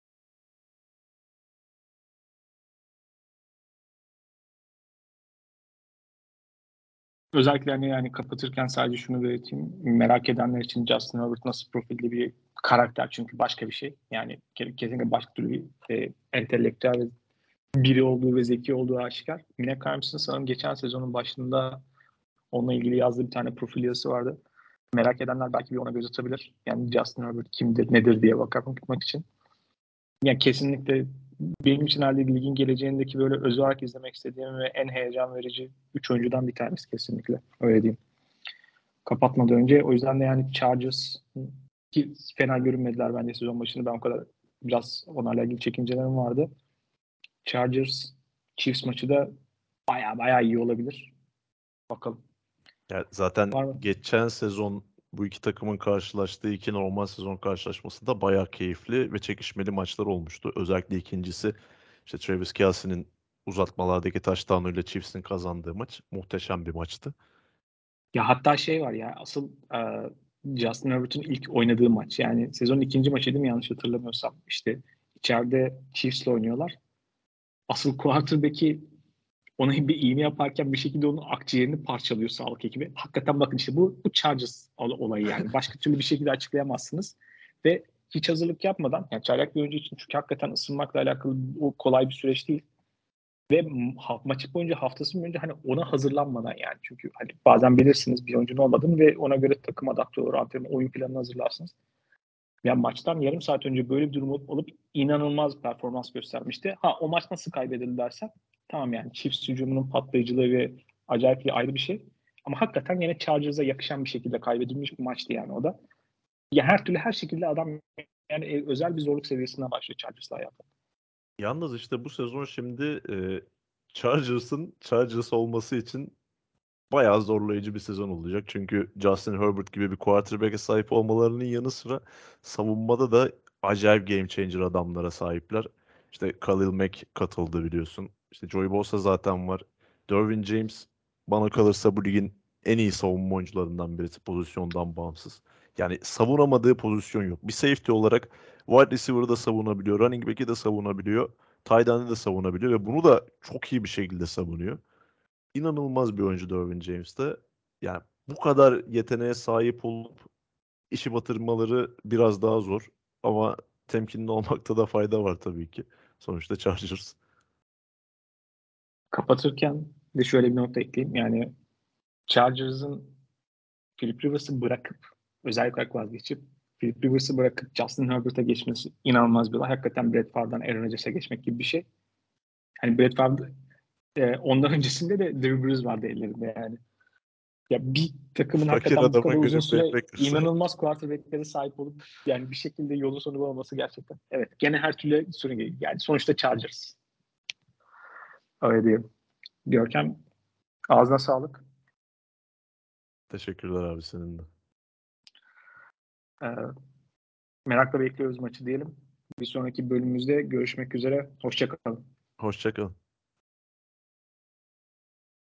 S1: Özellikle hani yani kapatırken sadece şunu belirteyim. Merak edenler için Justin Herbert nasıl profilde bir karakter çünkü başka bir şey. Yani kesinlikle başka türlü bir entelektüel biri olduğu ve zeki olduğu aşikar. Mine Karms'ın sanırım geçen sezonun başında onunla ilgili yazdığı bir tane profil yazısı vardı. Merak edenler belki bir ona göz atabilir. Yani Justin Herbert kimdir, nedir diye bakmak için. Yani kesinlikle benim için herhalde ligin geleceğindeki böyle özel olarak izlemek istediğim ve en heyecan verici 3 oyuncudan bir tanesi kesinlikle. Öyle diyeyim. Kapatmadan önce. O yüzden de yani Chargers ki fena görünmediler bence sezon başında. Ben o kadar biraz onlarla ilgili çekincelerim vardı. Chargers Chiefs maçı da baya baya iyi olabilir. Bakalım.
S2: Ya zaten
S1: Var mı?
S2: geçen sezon bu iki takımın karşılaştığı iki normal sezon karşılaşması da bayağı keyifli ve çekişmeli maçlar olmuştu. Özellikle ikincisi işte Travis Kelce'nin uzatmalardaki touchdown'uyla Chiefs'in kazandığı maç muhteşem bir maçtı.
S1: Ya hatta şey var ya asıl Justin Herbert'ın ilk oynadığı maç. Yani sezonun ikinci maçıydı mı yanlış hatırlamıyorsam. İşte içeride Chiefs'le oynuyorlar. Asıl quarterback'i ona bir iğne yaparken bir şekilde onun akciğerini parçalıyor sağlık ekibi. Hakikaten bakın işte bu Chargers olayı yani. Başka türlü bir şekilde açıklayamazsınız. Ve hiç hazırlık yapmadan yani çaylak bir oyuncu için çünkü hakikaten ısınmakla alakalı o kolay bir süreç değil. Ve maçı boyunca haftası boyunca hani ona hazırlanmadan yani. Çünkü hani bazen bilirsiniz bir oyuncunun olmadığını ve ona göre takım adapte olur. Antrenman, oyun planını hazırlarsınız. Yani maçtan yarım saat önce böyle bir durum olup inanılmaz bir performans göstermişti. Ha o maç nasıl kaybedildi dersen tamam yani Chiefs hücumunun patlayıcılığı ve acayip bir ayrı bir şey. Ama hakikaten yine Chargers'a yakışan bir şekilde kaybedilmiş bir maçtı yani o da. Ya her türlü her şekilde adam yani özel bir zorluk seviyesinden başlıyor Chargers'la hayata.
S2: Yalnız işte bu sezon şimdi Chargers'ın Chargers olması için bayağı zorlayıcı bir sezon olacak. Çünkü Justin Herbert gibi bir quarterback'e sahip olmalarının yanı sıra savunmada da acayip game changer adamlara sahipler. İşte Khalil Mack katıldı biliyorsun. İşte Joey Bosa zaten var. Derwin James bana kalırsa bu ligin en iyi savunma oyuncularından birisi pozisyondan bağımsız. Yani savunamadığı pozisyon yok. Bir safety olarak wide receiver'ı da savunabiliyor, running back'i de savunabiliyor, tight end'i de savunabiliyor ve bunu da çok iyi bir şekilde savunuyor. İnanılmaz bir oyuncu Derwin James de. Yani bu kadar yeteneğe sahip olup işi batırmaları biraz daha zor. Ama temkinli olmakta da fayda var tabii ki. Sonuçta Chargers.
S1: Kapatırken de şöyle bir not ekleyeyim. Yani Chargers'ın Philip Rivers'ı bırakıp özellikle olarak vazgeçip Philip Rivers'ı bırakıp Justin Herbert'a geçmesi inanılmaz bir olay. Hakikaten Brett Favre'dan Aaron Rodgers'a geçmek gibi bir şey. Hani Brett Favre ondan öncesinde de Drew Brees vardı ellerinde yani. Ya bir takımın
S2: Fakir
S1: hakikaten bu kadar
S2: adamın
S1: uzun
S2: Green Bay
S1: süre
S2: Packers'ı.
S1: inanılmaz quarterback'lere sahip olup yani bir şekilde yolun sonu bulamaması gerçekten. Evet, gene her türlü sorun geliyor. Yani sonuçta Chargers. Öyle diyeyim. Görkem, ağzına sağlık.
S2: Teşekkürler abi senin de.
S1: Ee, Merakla bekliyoruz maçı diyelim. Bir sonraki bölümümüzde görüşmek üzere. Hoşça kalın.
S2: Hoşça kal.